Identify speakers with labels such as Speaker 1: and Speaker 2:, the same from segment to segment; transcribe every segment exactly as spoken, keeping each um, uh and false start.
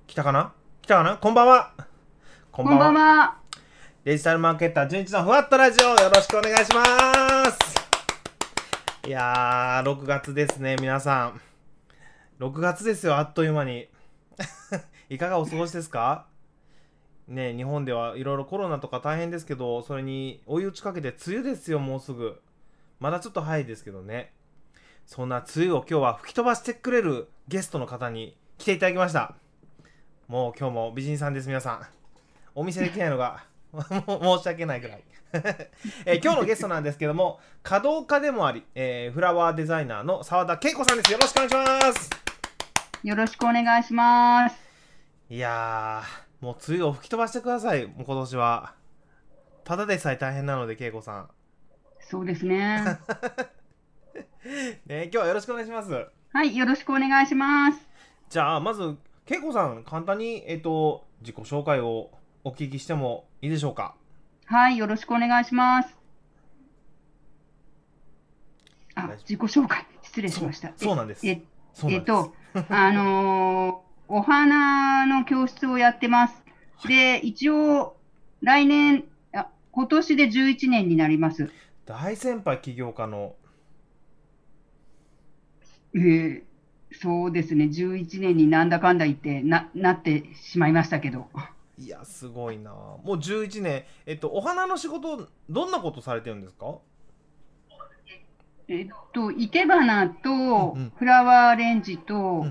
Speaker 1: 来たかな来たかなこんばんは。こん
Speaker 2: こんばん
Speaker 1: ばんは。
Speaker 2: は。
Speaker 1: デジタルマーケッター純一のふわっとラジオ、よろしくお願いします。いやー、ろくがつですね、皆さん。ろくがつですよ、あっという間に。いかがお過ごしですかね。日本ではいろいろコロナとか大変ですけど、それに追い打ちかけて梅雨ですよ、もうすぐ。まだちょっと早いですけどね。そんな梅雨を今日は吹き飛ばしてくれるゲストの方に来ていただきました。もう今日も美人さんです、皆さん。お見せできないのがもう申し訳ないぐらい、えー今日のゲストなんですけども、華道家でもあり、えーフラワーデザイナーの澤田恵子さんです。よろしくお願いします。
Speaker 2: よろしくお願いします。
Speaker 1: いやー、もう梅雨を吹き飛ばしてください。もう今年はただでさえ大変なので、恵子さん
Speaker 2: そうですね。
Speaker 1: ね、今日はよろしくお願いします。
Speaker 2: はい、よろしくお願いします。
Speaker 1: じゃあまず恵子さん、簡単に、えっと自己紹介をお聞きしてもいいでしょうか。
Speaker 2: はい、よろしくお願いします。あ、自己紹介、失礼し
Speaker 1: そう
Speaker 2: ました。
Speaker 1: そうなんです。
Speaker 2: え、え、
Speaker 1: そうなんです。
Speaker 2: えっと、あのーお花の教室をやってます。
Speaker 1: はい。
Speaker 2: で、一応、来年、あ、今年でじゅういちねんになります。
Speaker 1: 大先輩起業家の。
Speaker 2: えーそうですね、じゅういちねんになんだかんだ言ってな、なってしまいましたけど。
Speaker 1: いや、すごいな。もうじゅういちねん。えっと、お花の仕事、どんなことされてるんですか？
Speaker 2: えっと、生け花と
Speaker 1: うんうん。
Speaker 2: フラワーアレンジと、
Speaker 1: うん。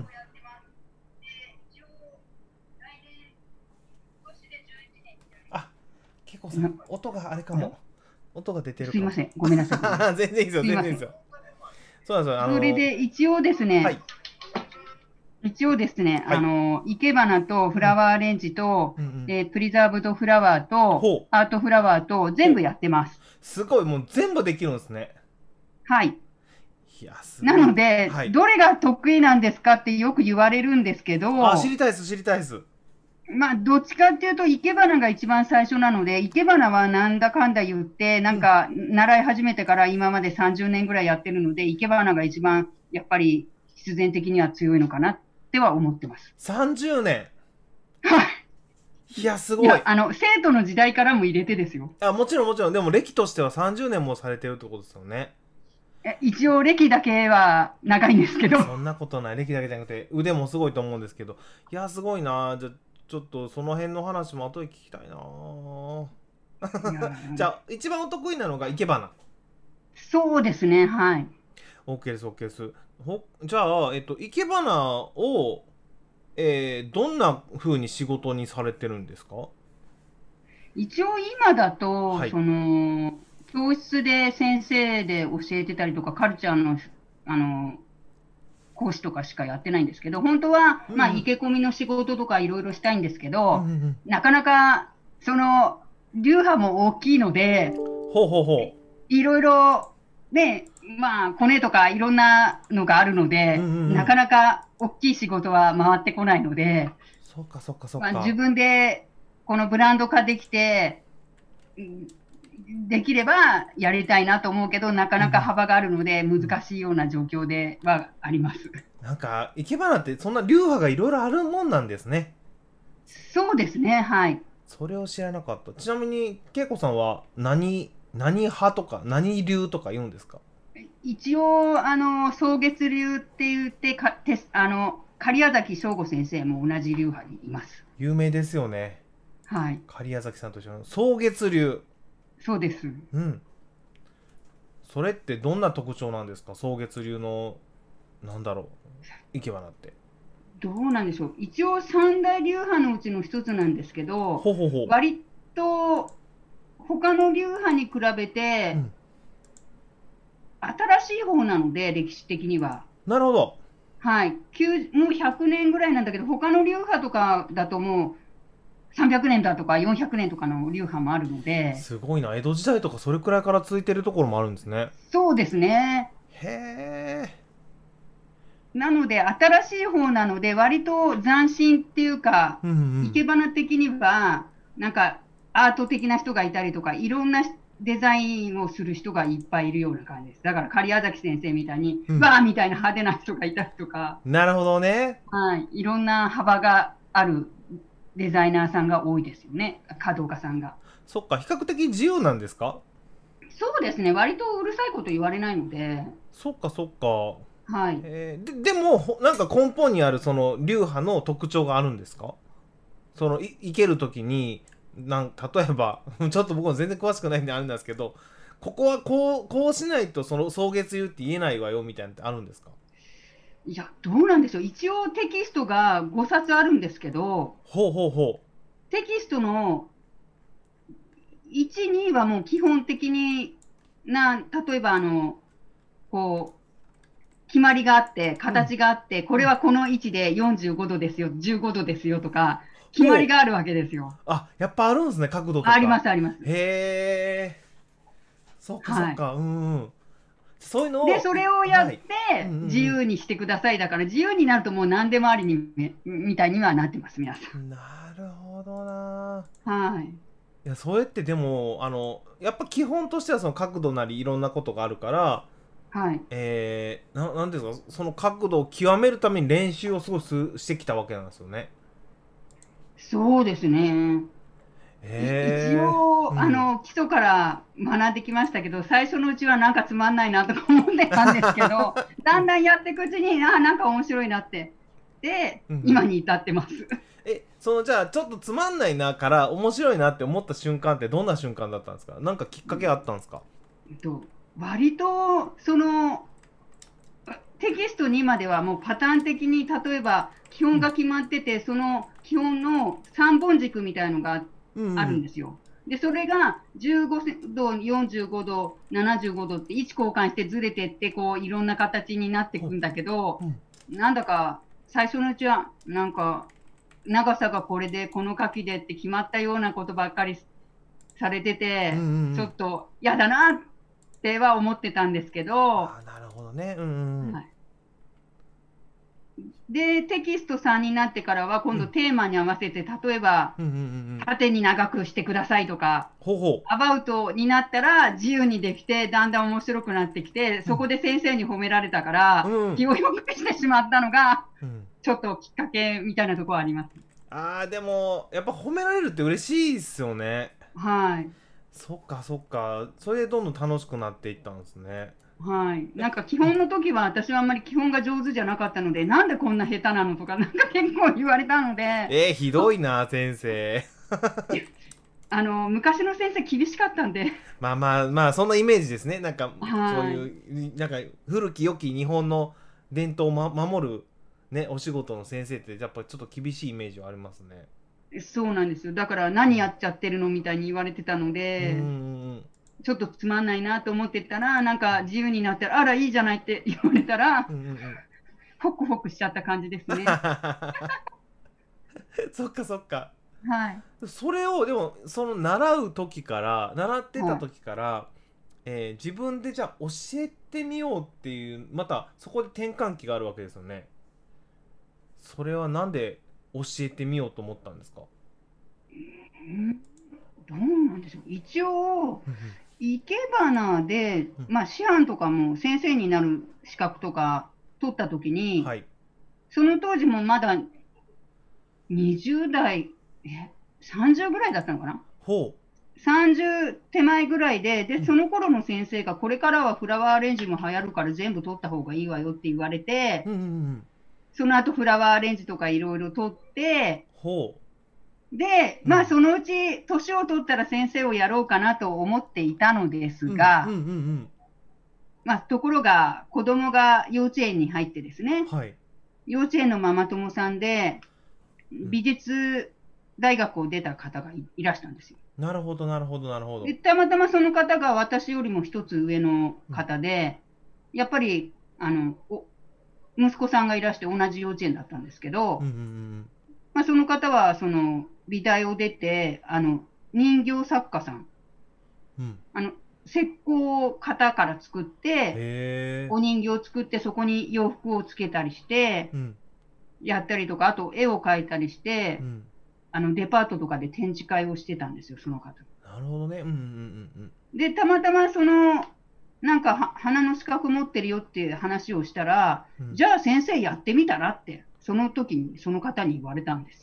Speaker 1: あ、けこさん、
Speaker 2: な
Speaker 1: 音があれか
Speaker 2: あら、
Speaker 1: も。音が出てるかも。
Speaker 2: すいません。ごめんなさい、ごめんなさい。
Speaker 1: 全然いいですよ、
Speaker 2: すいません。
Speaker 1: 全然いいですよ。そうなんですよ。あ
Speaker 2: それ
Speaker 1: の、
Speaker 2: で一応ですね、
Speaker 1: はい、
Speaker 2: 一応ですね、
Speaker 1: はい。
Speaker 2: あの、生け花とフ
Speaker 1: うん、
Speaker 2: ラワーアレンジと、
Speaker 1: うん、うん。
Speaker 2: えープリザーブドフラワーと、
Speaker 1: ほう、
Speaker 2: アートフラワーと全部
Speaker 1: ほう。
Speaker 2: やってます。
Speaker 1: すごい、もう全部できるんですね。
Speaker 2: はい。
Speaker 1: いや、す
Speaker 2: な
Speaker 1: ごい。
Speaker 2: ので、
Speaker 1: はい。
Speaker 2: どれが得意なんですかってよく言われるんですけ
Speaker 1: あ、知
Speaker 2: ど、
Speaker 1: りたいです、知りたいです。
Speaker 2: まあ、どっちかっていうと、生け花が一番最初なので、生け花はなんだかんだ言って、な
Speaker 1: うん。
Speaker 2: んか、習い始めてから今までさんじゅうねんぐらいやってるので、生け花が一番、やっぱり必然的には強いのかなっては思ってます。
Speaker 1: さんじゅうね
Speaker 2: はい。
Speaker 1: ん。いや、す
Speaker 2: いや、
Speaker 1: ごい。
Speaker 2: あの、生徒の時代からも入れてですよ。
Speaker 1: あ、もちろんもちろん。でも、歴としてはさんじゅうねんもされてるってことですよね。
Speaker 2: え一応、歴だけは長いんですけど、
Speaker 1: そんなことない。歴だけじゃなくて、腕もすごいと思うんですけど。いや、すごいな。じゃあ、ちょっとその辺の話も後で聞きたいな。
Speaker 2: いや、
Speaker 1: じゃあ、一番お得意なのが生け花。
Speaker 2: そうですね、はい。
Speaker 1: OK です、OK です。ほじゃあ、えっと、生け花を、えー、どんな風に仕事にされてるんですか？
Speaker 2: 一応今だと、
Speaker 1: はい。
Speaker 2: その、教室で先生で教えてたりとか、カルチャーの、あの、講師とかしかやってないんですけど、本当は、まあ、
Speaker 1: うんうん。
Speaker 2: 生け込みの仕事とかいろいろしたいんですけ
Speaker 1: うんう
Speaker 2: ど、
Speaker 1: んうん。
Speaker 2: なかなか、その、流派も大きいので、
Speaker 1: ほうほうほ
Speaker 2: いろいろ、ね、まあ、コネとかいろんなのがあるの
Speaker 1: う。うん
Speaker 2: で、
Speaker 1: うんうん。
Speaker 2: なかなか大きい仕事は回ってこないので、
Speaker 1: そっかそっかそっ
Speaker 2: まあ、自
Speaker 1: か。
Speaker 2: 分でこのブランド化できて、うんできればやりたいなと思うけど、なか
Speaker 1: うんうん。
Speaker 2: なか幅があるので
Speaker 1: うん。
Speaker 2: 難しいような状況ではあります。
Speaker 1: なんか、生け花ってそんな流派がいろいろあるもんなんですね。
Speaker 2: そうですね、はい。
Speaker 1: それを知らなかった。ちなみに、恵子さんは何、何派とか、何流とか言うんですか？
Speaker 2: 一応、あの、草月流って言って、か、て、あの、狩矢崎省吾先生も同じ流派にいます。
Speaker 1: 有名ですよね。
Speaker 2: はい。
Speaker 1: 狩矢崎さんと一緒の草月流。
Speaker 2: そうです。
Speaker 1: うん。それってどんな特徴なんですか？草月流の、なんだろう、生け花って。
Speaker 2: どうなんでしょう。一応三大流派のうちの一つなんですけど、
Speaker 1: ほほほ。
Speaker 2: 割と他の流派に比べて
Speaker 1: うん。
Speaker 2: 新しい方なので、歴史的には。
Speaker 1: なるほど。
Speaker 2: はい。きゅうもうひゃくねんぐらいなんだけど、他の流派とかだともうさんびゃくねんだとかよんひゃくねんとかの流派もあるので、
Speaker 1: すごいな。江戸時代とかそれくらいから続いてるところもあるんですね。
Speaker 2: そうですね。
Speaker 1: へえ。
Speaker 2: なので、新しい方なので、割と斬新っていうか、
Speaker 1: うんうん。
Speaker 2: 生け花的には、なんかアート的な人がいたりとか、いろんなデザインをする人がいっぱいいるような感じです。だから、狩矢崎先生みたいに、
Speaker 1: うん。
Speaker 2: わーみたいな派手な人がいたりとか、
Speaker 1: なるほどね。
Speaker 2: はい、いろんな幅があるデザイナーさんが多いですよね、華道家さんが。
Speaker 1: そっか、比較的自由なんですか？
Speaker 2: そうですね、割とうるさいこと言われないので、
Speaker 1: そっかそっか。
Speaker 2: はい。
Speaker 1: えー、で、でも、ほなんか根本にあるその流派の特徴があるんですか？その、い、いけるときに、なん、例えば、ちょっと僕も全然詳しくないんであれなんですけど、ここはこう、こうしないとその草月湯って言えないわよみたいなのってあるんですか？
Speaker 2: いや、どうなんでしょう。一応テキストがごさつあるんですけど、
Speaker 1: ほうほうほ
Speaker 2: テキストのいち、にはもう基本的にな、例えばあの、こう、決まりがあって、
Speaker 1: う。うん。
Speaker 2: 形があって、こ
Speaker 1: うん。
Speaker 2: れはこの位置でよんじゅうごどですよ、じゅうごどですよとか、決ま
Speaker 1: ほう。
Speaker 2: りがあるわけですよ。
Speaker 1: あ、やっぱあるんですね、角度とか。
Speaker 2: あります、あります。
Speaker 1: へえ。そっかそ
Speaker 2: はい。
Speaker 1: っか。うんうん。そういうの
Speaker 2: で、
Speaker 1: を、い
Speaker 2: それをやっ
Speaker 1: はい。うんう
Speaker 2: て、自
Speaker 1: ん
Speaker 2: 由にしてください。だから、自由になるともう何でもありに、みたいにはなってます、皆さ
Speaker 1: うん。なるほどな。
Speaker 2: ん。はい。
Speaker 1: いや、それってでも、あの、やっぱ基本としてはその角度なりいろんなことがあるから、
Speaker 2: はい。
Speaker 1: えー、ななんていうんですか、その角度を極めるために練習をすごいすしてきたわけなんですよね。
Speaker 2: そうですね。い一
Speaker 1: へえ。う
Speaker 2: 応、あ
Speaker 1: ん。
Speaker 2: の、基礎から学んできましたけど、最初のうちはなんかつまんないなとか思ってたんですけど、だんだんやっていくうちに、あ、なんか面白いなって。で、
Speaker 1: うんうん。
Speaker 2: 今に至ってます。
Speaker 1: え、そのじゃあちょっとつまんないなから面白いなって思った瞬間ってどんな瞬間だったんですか？なんかきっかけあったんですか？
Speaker 2: えっと、割と、その、テキストにまではもうパターン的に、例えば、基
Speaker 1: うん。
Speaker 2: 本が決まってて、その基本のさんぼん軸みたいのが
Speaker 1: うんう
Speaker 2: あるん
Speaker 1: ん。
Speaker 2: ですよ。で、それがじゅうごど、よんじゅうごど、ななじゅうごどって位置交換してずれてって、こう、いろんな形になっていく
Speaker 1: ほ
Speaker 2: んだけど、
Speaker 1: う。うん。
Speaker 2: なんだか、最初のうちは、なんか、長さがこれで、この書きでって決まったようなことばっかりされて
Speaker 1: うんうんう
Speaker 2: て、ちょ
Speaker 1: ん。
Speaker 2: っと嫌だなっては思ってたんですけど、
Speaker 1: ああ、なるほどね。うんうん
Speaker 2: はい。で、テキストさんになってからは、
Speaker 1: うん。うん。
Speaker 2: 今度テーマに合わせて、例えば、
Speaker 1: うんうんうんうん。
Speaker 2: 縦に長くしてくださいとか、
Speaker 1: ほうほ
Speaker 2: アバウトになったら自由にできて、だんだん面白くなってきて、
Speaker 1: う。うん。
Speaker 2: そこで先生に褒められたから、
Speaker 1: うん。
Speaker 2: 気を良くしてしまったのが、
Speaker 1: うん。
Speaker 2: ちょっときっかけみたいなところあります。
Speaker 1: ああ、でも、やっぱ褒められるって嬉しいっすよね。
Speaker 2: はい。
Speaker 1: そっかそっか。それでどんどん楽しくなっていったんですね。
Speaker 2: はい。
Speaker 1: え、
Speaker 2: なんか基
Speaker 1: うん。
Speaker 2: 本の時は私はあんまり基本が上手じゃなかったので、なんでこんな下手なのとか、なんか結構言われたので、
Speaker 1: えー、ひどいな、先生。
Speaker 2: あの、昔の先生厳しかったんで、
Speaker 1: まあまあまあ、そんなイメージですね。なんか、そう
Speaker 2: はい。
Speaker 1: いう、なんか、古き良き日本の伝統を、ま、守る、ね、お仕事の先生って、やっぱちょっと厳しいイメージはありますね。
Speaker 2: そうなんですよ。だから何やっちゃってるのみたいに言われてたの
Speaker 1: うん。うんう
Speaker 2: で、
Speaker 1: んうん。
Speaker 2: ちょっとつまんないなと思ってたら、なんか自由になったら、あら、いいじゃないって言われたら、
Speaker 1: うんうんうん。
Speaker 2: ホクホクしちゃった感じですね。
Speaker 1: そっかそっか。
Speaker 2: はい。
Speaker 1: それを、でも、その習う時から、習ってた
Speaker 2: はい。
Speaker 1: 時から、えー自分でじゃあ教えてみようっていう、またそこで転換期があるわけですよね。それはなんで教えてみようと思ったんですか？
Speaker 2: うんどうなんでしょう。一応、
Speaker 1: うんうん
Speaker 2: 生け花で、
Speaker 1: うん。
Speaker 2: まあ、師範とかも先生になる資格とか取ったときに、
Speaker 1: はい。
Speaker 2: その当時もまだにじゅう代、え、さんじゅうぐらいだったのかな？
Speaker 1: ほ
Speaker 2: さんじゅう 手前ぐらいで、で、
Speaker 1: う。うん。
Speaker 2: その頃の先生が、これからはフラワーアレンジも流行るから全部取った方がいいわよって言われて、
Speaker 1: うんうんうん。
Speaker 2: その後フラワーアレンジとかいろいろ取って、
Speaker 1: ほ
Speaker 2: で、
Speaker 1: う。うん。
Speaker 2: まあそのうち年を取ったら先生をやろうかなと思っていたのです
Speaker 1: うんうんうんう
Speaker 2: が、
Speaker 1: ん。
Speaker 2: まあところが子供が幼稚園に入ってですね、
Speaker 1: はい。
Speaker 2: 幼稚園のママ友さんで
Speaker 1: うん。
Speaker 2: 美術大学を出た方がいいらしたんですよ。
Speaker 1: なるほどなるほどなるほ
Speaker 2: で、
Speaker 1: ど。
Speaker 2: たまたまその方が私よりも一つ上の
Speaker 1: うん。
Speaker 2: 方で、やっぱり、あの、お息子さんがいらして同じ幼稚園だったんですけど、
Speaker 1: うんうんうん
Speaker 2: まあ、その方は、その、美大を出て、あの、人形作家さん、
Speaker 1: うん。うん。
Speaker 2: あの、石膏を型から作って、
Speaker 1: へえ。
Speaker 2: お人形を作って、そこに洋服をつけたりして、
Speaker 1: うん。
Speaker 2: やったりとか、あと絵を描いたりして、
Speaker 1: うん。
Speaker 2: あの、デパートとかで展示会をしてたんですよ、その方。
Speaker 1: なるほどね。うんうんうん
Speaker 2: で、たまたまその、なんかは花の資格持ってるよっていう話をしたら、
Speaker 1: うん。うん。
Speaker 2: じゃあ先生やってみたらって、その時にその方に言われたんですよ。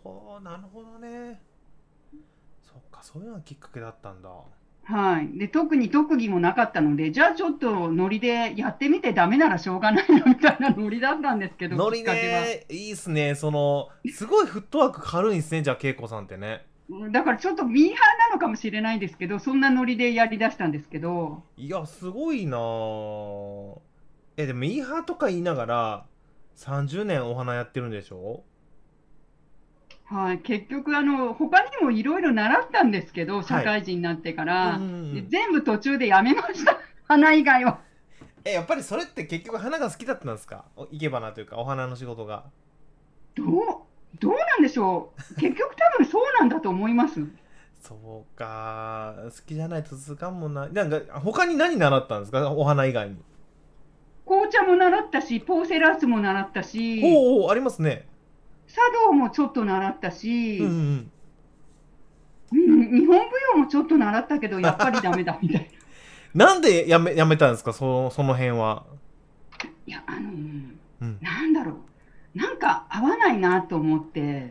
Speaker 1: ほう、なるほどね。そっか、そういうのがきっかけだったんだ。
Speaker 2: はい。で、特に特技もなかったので、じゃあちょっとノリでやってみてダメならしょうがないなみたいなノリだったんですけど、きっ
Speaker 1: ノリ
Speaker 2: かけは。
Speaker 1: ね、いいっすね。その、すごいフットワーク軽いんですね、じゃあ、恵子さんってね。
Speaker 2: うんだからちょっとミーハーなのかもしれないですけど、そんなノリでやりだしたんですけど、
Speaker 1: いや、すごいなぁ。え、でも、ミーハーとか言いながら、さんじゅうねんお花やってるんでしょ？
Speaker 2: はい、結局あの、他にもいろいろ習ったんですけど、社
Speaker 1: はい。
Speaker 2: 会人になってか
Speaker 1: うんうんう
Speaker 2: ら、で
Speaker 1: ん。
Speaker 2: 全部途中でやめました、花以外は。
Speaker 1: え、やっぱりそれって結局花が好きだったんですか？お生け花というか、お花の仕事が。
Speaker 2: どう、どうなんでしょう、結局多分そうなんだと思います。
Speaker 1: そうか、好きじゃないと続かんもんな。なんか、他に何習ったんですか？お花以外に。
Speaker 2: 紅茶も習ったし、ポーセラースも習ったし、
Speaker 1: ほうほう、ありますね。
Speaker 2: 茶道もちょっと習った
Speaker 1: うんう
Speaker 2: し、
Speaker 1: ん。
Speaker 2: うん、日本舞踊もちょっと習ったけど、やっぱりダメだみたいな。
Speaker 1: なんでやめ、やめたんですか？そ、その辺は。
Speaker 2: いや、あのー
Speaker 1: うん。
Speaker 2: なんだろう、なんか合わないなと思って、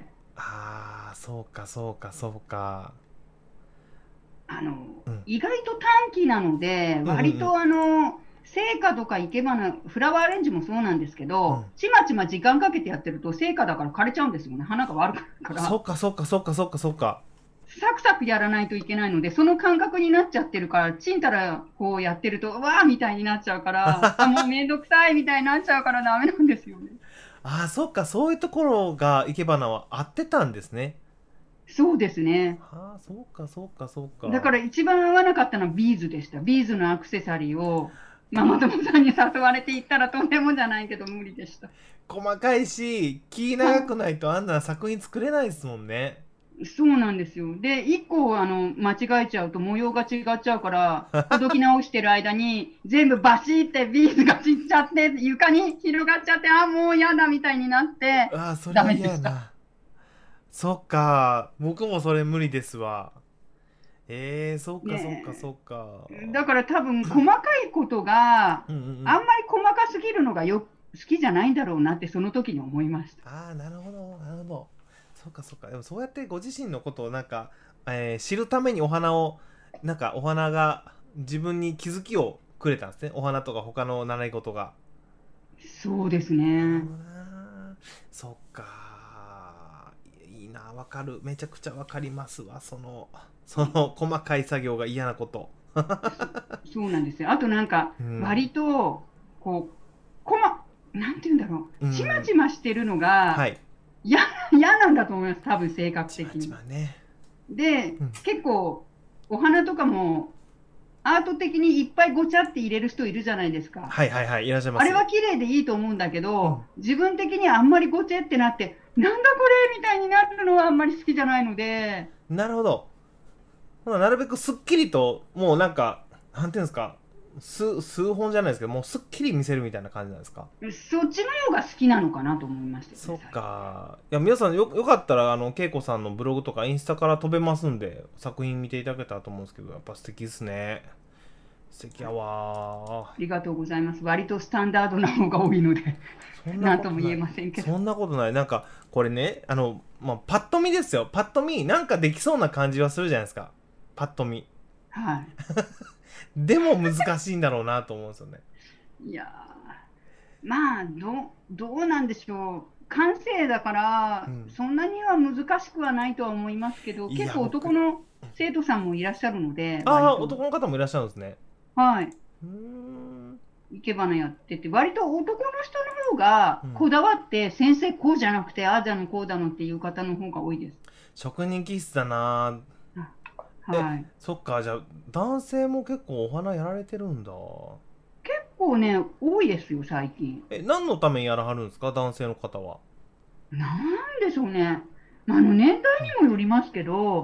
Speaker 1: ああ、そうか、そうか、そうか。
Speaker 2: あの
Speaker 1: うん。
Speaker 2: 意外と短期なので、
Speaker 1: うんうんうん。
Speaker 2: 割とあの成果とか生け花、フラワーアレンジもそうなんですけど、
Speaker 1: うん。
Speaker 2: ちまちま時間かけてやってると、成果だから枯れちゃうんですよね、花が悪くなるから。
Speaker 1: そうか、そうか、そうか、そうか、そうか。
Speaker 2: サクサクやらないといけないので、その感覚になっちゃってるから、ちんたらこうやってると、わーみたいになっちゃうから、あ、もうめんどくさいみたいになっちゃうからダメなんですよね。
Speaker 1: ああ、そうか、そういうところが生け花は合ってたんですね。
Speaker 2: そうですね。
Speaker 1: ああ、そうか、そうか、そう
Speaker 2: だか
Speaker 1: か。
Speaker 2: ら一番合わなかったのはビーズでした。ビーズのアクセサリーをママ友さんに誘われていったらとんでもじゃないけど無理でした。
Speaker 1: 細かいし、気長くないとあんな作品作れないですもんね。
Speaker 2: そうなんですよ。で、一個あの間違えちゃうと模様が違っちゃうから、ほどき直してる間に全部バシってビーズが散っちゃって、床に広がっちゃって、あ、もう嫌だみたいになって
Speaker 1: ああ、それ
Speaker 2: ダ
Speaker 1: は
Speaker 2: メでした。
Speaker 1: 嫌やな。そっか、僕もそれ無理ですわ。えー、そうか、そうか、そう
Speaker 2: ね
Speaker 1: か。
Speaker 2: え、だから多分細かいことが
Speaker 1: うんうんうん。
Speaker 2: あんまり細かすぎるのがよ好きじゃないんだろうなってその時に思いました。
Speaker 1: ああ、なるほど、なるほど。そうか、そうか。でもそうやってご自身のことをなんか、えー知るためにお花を、なんかお花が自分に気づきをくれたんですね。お花とか他の習い事が。
Speaker 2: そうです
Speaker 1: なるほ
Speaker 2: ね。
Speaker 1: どな。そっか。いいな、わかる。めちゃくちゃわかりますわ。その、その細かい作業が嫌なこと。
Speaker 2: そそうなんですよ。あとなんか
Speaker 1: うん。
Speaker 2: 割とこうこまなんて言うんだろう、ちま
Speaker 1: うん。
Speaker 2: ちましてるのが
Speaker 1: はい。
Speaker 2: 嫌嫌なんだと思います。多分性格
Speaker 1: ちま
Speaker 2: 的に。
Speaker 1: ちまね。
Speaker 2: で、
Speaker 1: うん。
Speaker 2: 結構お花とかもアート的にいっぱいごちゃって入れる人いるじゃないですか。
Speaker 1: はいはいはい。いらっしゃいます。
Speaker 2: あれは綺麗でいいと思うんだけど、
Speaker 1: うん。
Speaker 2: 自分的にはあんまりごちゃってなって、なんだこれみたいになるのはあんまり好きじゃないので、
Speaker 1: なるほど。ほななるべくすっきりと、もうなんか、なんていうんですか、数、数本じゃないですけど、もうすっきり見せるみたいな感じなんですか？
Speaker 2: そっちの方が好きなのかなと思いましたよね、
Speaker 1: そっ
Speaker 2: 最近。
Speaker 1: か。いや、皆さんよ、よかったら、あの、恵子さんのブログとかインスタから飛べますんで、作品見ていただけたらと思うんですけど、やっぱ素敵ですね。素敵やわー。
Speaker 2: ありがとうございます。割とスタンダードな方が多いので、
Speaker 1: そんな
Speaker 2: なんとも言え
Speaker 1: ことない。
Speaker 2: ませんけど。
Speaker 1: そんなことない。なんか、これね、あの、まあ、パッと見ですよ。パッと見、なんかできそうな感じはするじゃないですか。パッと見。
Speaker 2: は
Speaker 1: でも難しいんだろうなと思うんですよね。
Speaker 2: い。いやー、まあ、どう、どうなんでしょう。感性だから、
Speaker 1: うん。
Speaker 2: そんなには難しくはないとは思いますけど、
Speaker 1: いや、
Speaker 2: 結構男
Speaker 1: 僕、
Speaker 2: の生徒さんもいらっしゃるので、
Speaker 1: ああ、
Speaker 2: 割と。
Speaker 1: 男の方もいらっしゃるんですね。
Speaker 2: はい。
Speaker 1: うーん。
Speaker 2: 生け花やってて、割と男の人の方が
Speaker 1: うん。
Speaker 2: こだわって、先生こうじゃなくて、ああだのこうだのっていう方の方が多いです。
Speaker 1: 職人気質だな。
Speaker 2: あ、
Speaker 1: え、
Speaker 2: はい。
Speaker 1: そっか、じゃあ、男性も結構お花やられてるんだ。
Speaker 2: 結構ね、多いですよ、最近。
Speaker 1: え、何のためにやらはるんですか、男性の方は。
Speaker 2: なんでしょうね。まあ、あの年代
Speaker 1: うん。
Speaker 2: にもよりますけど、
Speaker 1: うん。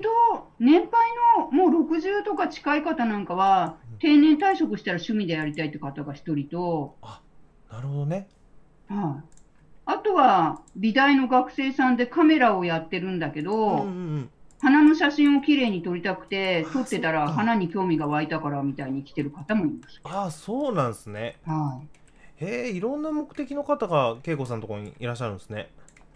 Speaker 2: 割と年配のもうろくじゅうとか近い方なんかは、
Speaker 1: うん。
Speaker 2: 定年退職したら趣味でやりたいって方が一人と、
Speaker 1: あ、なるほどね。
Speaker 2: はい、あとは美大の学生さんでカメラをやってるんだけ
Speaker 1: うんうん
Speaker 2: ど、
Speaker 1: うん。
Speaker 2: 花の写真をきれいに撮りたくて、撮
Speaker 1: あ、
Speaker 2: ってたら
Speaker 1: そっか。
Speaker 2: 花に興味が湧いたからみたいに来てる方もいます。
Speaker 1: あ、そうなんですね。
Speaker 2: はい。
Speaker 1: へえ、いろんな目的の方が恵子さんのところにいらっしゃるんですね。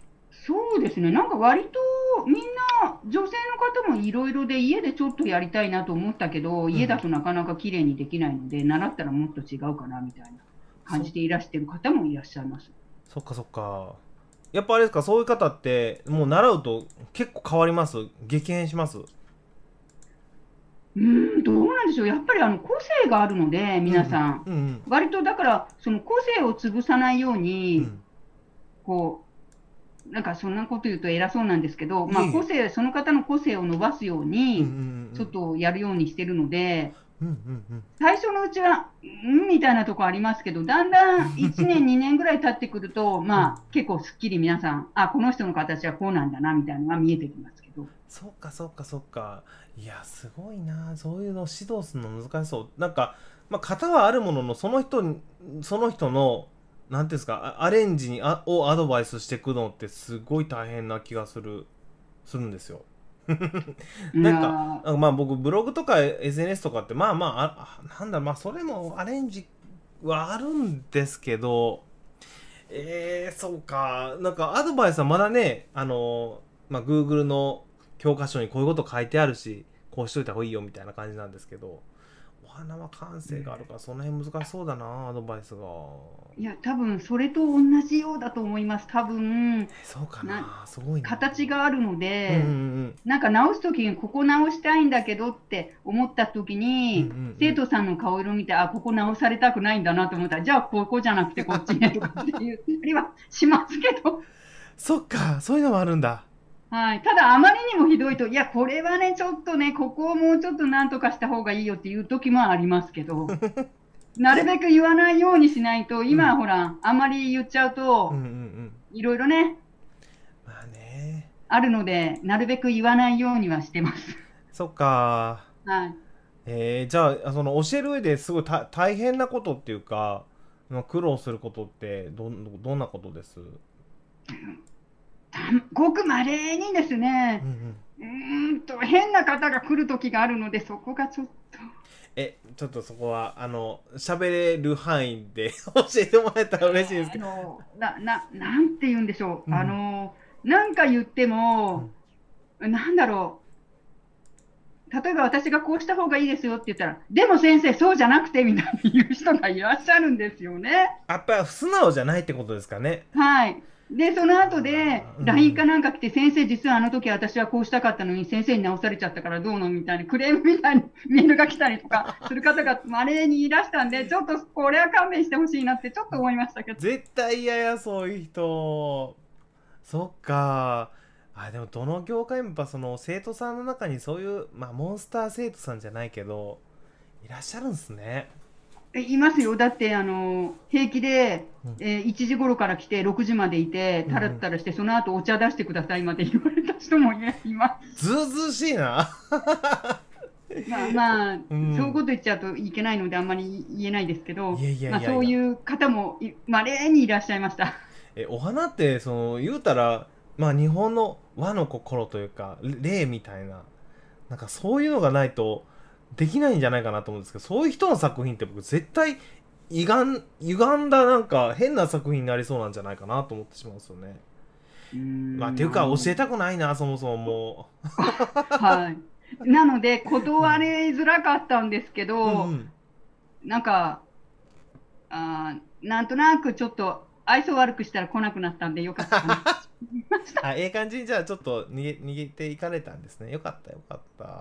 Speaker 2: そうですね、なんか割とみんな、女性の方もいろいろで、家でちょっとやりたいなと思ったけど、
Speaker 1: うんうん。
Speaker 2: 家だとなかなか綺麗にできないので、習ったらもっと違うかなみたいな感
Speaker 1: そ、
Speaker 2: じでいらしてる方もいらっしゃいます。
Speaker 1: そっかそっか。やっぱあれですか、そういう方って、もう習うと結構変わります？激変します？
Speaker 2: うーん、どうなんでしょう、やっぱりあの個性があるので、
Speaker 1: うんうん。
Speaker 2: 皆さん、
Speaker 1: うんうん。
Speaker 2: 割とだから、その個性を潰さないように、
Speaker 1: うん。
Speaker 2: こう、なんかそんなこと言うと偉そうなんですけど、まあ、
Speaker 1: いえいえ。
Speaker 2: 個性、その方の個性を伸ばすよう
Speaker 1: うんうん
Speaker 2: に、ちょっ
Speaker 1: うん
Speaker 2: とやるようにしてるので、
Speaker 1: うん。うんうん
Speaker 2: 最初のうちは、んみたいなとこありますけど、だんだんいちねん、にねんぐらい経ってくると、
Speaker 1: うん。うん。
Speaker 2: まあ、結構すっきり皆さん、あ、この人の形はこうなんだな、みたいなのが見えてきますけど。
Speaker 1: そっかそっかそっか。いや、すごいな。そういうの指導するの難しそう。なんか、まあ、型はあるものの、その人に、その人の、なんていうんですか、あアレンジにあをアドバイスしていくのってすごい大変な気がする、するんですよ。
Speaker 2: いや
Speaker 1: なんか、
Speaker 2: ー、
Speaker 1: あまあ僕、ブログとか エスエヌエス とかって、まあまあ、あなんだ、まあそれもアレンジはあるんですけど、えー、そうか。なんかアドバイスはまだね、あの、まあ Google の教科書にこういうこと書いてあるし、こうしといた方がいいよみたいな感じなんですけど、お花は感性があるから、その辺難しそうだな、アドバイスが。
Speaker 2: いや、多分それと同じようだと思います。多分
Speaker 1: えそうか
Speaker 2: な、
Speaker 1: な、すごいな。
Speaker 2: 形があるの
Speaker 1: うんうんう
Speaker 2: で、
Speaker 1: ん。
Speaker 2: なんか直すときに、ここ直したいんだけどって思ったとき
Speaker 1: うんうんう
Speaker 2: に、生
Speaker 1: ん。
Speaker 2: 徒さんの顔色見て、あ、ここ直されたくないんだなと思ったら、じゃあここじゃなくてこっちねとかって言ったりはしますけど、
Speaker 1: そっか、そういうのもあるんだ。
Speaker 2: はい。ただ、あまりにもひどいと、いや、これはね、ちょっとね、ここをもうちょっとなんとかした方がいいよっていう時もありますけど、なるべく言わないようにしないと、
Speaker 1: うん。
Speaker 2: 今ほら、あまり言っちゃう
Speaker 1: うんうんう
Speaker 2: と、
Speaker 1: ん。
Speaker 2: いろいろね、
Speaker 1: まあね。
Speaker 2: あるので、なるべく言わないようにはしてます。
Speaker 1: そっか。
Speaker 2: はい。
Speaker 1: えー、じゃあ、その教える上ですごいた大変なことっていうか、まあ苦労することってどん、どんなことです？うん
Speaker 2: たごく稀にですね、
Speaker 1: うん。
Speaker 2: うーんと、変な方が来る時があるので、そこがちょっと、
Speaker 1: え、ちょっとそこは、あの、喋れる範囲で教えてもらえたら嬉しいんですけど。
Speaker 2: あの、な、な、なんて言うんでしょう。あ
Speaker 1: うん。
Speaker 2: の、なんか言っても、
Speaker 1: うん。
Speaker 2: なんだろう。例えば私がこうした方がいいですよって言ったら、でも先生、そうじゃなくてみたいに言う人がいらっしゃるんですよね。
Speaker 1: やっぱり素直じゃないってことですかね。
Speaker 2: はい。で、その後で、
Speaker 1: ああ、うんう
Speaker 2: ライン か
Speaker 1: ん。
Speaker 2: なんか来て、先生、実はあの時私はこうしたかったのに、先生に直されちゃったからどうのみたいな、クレームみたいにメールが来たりとかする方が稀にいらしたんで、ちょっとこれは勘弁してほしいなってちょっと思いましたけど。
Speaker 1: 絶対嫌や、そういう人。そっか。あ、でもどの業界もやっぱその生徒さんの中にそういう、まあモンスター生徒さんじゃないけど、いらっしゃるんすね。
Speaker 2: えいますよ。だって、あの、平気で、
Speaker 1: うん。
Speaker 2: えーいちじ頃から来て、ろくじまでいて、タラッ
Speaker 1: うんうん。
Speaker 2: タラして、その後お茶出してくださいまで言われた人もいいます。
Speaker 1: ずうずうしいな。
Speaker 2: まあまあ、
Speaker 1: うん。
Speaker 2: そういうこと言っちゃうといけないので、あんまり言えないですけど、
Speaker 1: いやいや
Speaker 2: まあ、
Speaker 1: いやいや。
Speaker 2: そういう方もい、まれにいらっしゃいました。
Speaker 1: え、お花って、その、言うたら、まあ日本の和の心というか、礼みたいな、なんかそういうのがないとできないんじゃないかなと思うんですけど、そういう人の作品って僕絶対、歪ん、歪んだなんか変な作品になりそうなんじゃないかなと思ってしまうんですよね。
Speaker 2: うー
Speaker 1: まあ、っ
Speaker 2: ん、
Speaker 1: ていうか教
Speaker 2: あの、
Speaker 1: えたくないな、そもそもも
Speaker 2: はい。なので、
Speaker 1: う。う
Speaker 2: 断り
Speaker 1: ん。
Speaker 2: づらかったんですけど、
Speaker 1: うんうん。
Speaker 2: なんか、あー、なんとなくちょっと愛想悪くしたら来なくなったんでよかったかな。
Speaker 1: あ、ええ感じにじゃあちょっと逃げ、逃げていかれたんですね。よかったよかった。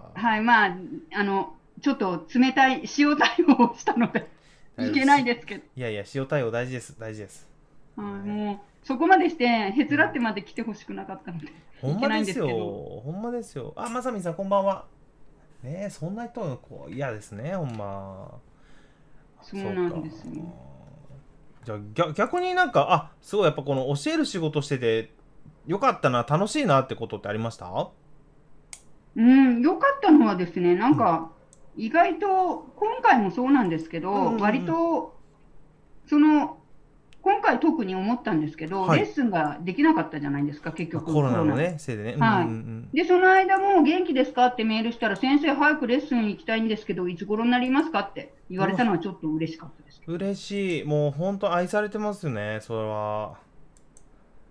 Speaker 2: はい、まあ、あの、ちょっと冷たい塩対応をしたので、いけない
Speaker 1: 大丈夫し、
Speaker 2: ですけど、
Speaker 1: いやいや、塩対応大事です。大事です。
Speaker 2: はい、
Speaker 1: ね。
Speaker 2: もう、そこまでして、へ
Speaker 1: うん。
Speaker 2: つらってまで来てほしくなかったので、
Speaker 1: ほ
Speaker 2: いけないん
Speaker 1: んまですよ。
Speaker 2: ですけど、
Speaker 1: ほんまですよ。あ、まさみさんこんばんは。ねえ、そんな人の子嫌ですね、ほんま。
Speaker 2: そうな
Speaker 1: そうか。
Speaker 2: んですよ。
Speaker 1: じゃあ逆逆になんか、あ、すごいやっぱこの教える仕事してて、よかったな、楽しいなってことってありました？
Speaker 2: うん、良かったのはですね、な
Speaker 1: うん。
Speaker 2: んか、意外と、今回もそうなんですけ
Speaker 1: うんうん
Speaker 2: ど、割
Speaker 1: うんうん。
Speaker 2: と、その、今回特に思ったんですけど、
Speaker 1: はい。
Speaker 2: レッスンができなかったじゃないですか、結
Speaker 1: まあ、コ
Speaker 2: 局、コロナで。
Speaker 1: ロナのね、せいでね。うんうんう
Speaker 2: は
Speaker 1: ん。
Speaker 2: い。で、その間も元気ですかってメールしたら、先生、早くレッスン行きたいんですけど、いつ頃になりますかって言われたの
Speaker 1: うわ、
Speaker 2: はちょっと嬉しかったですけど。
Speaker 1: 嬉しい。もうほんと愛されてますよね、それは。いや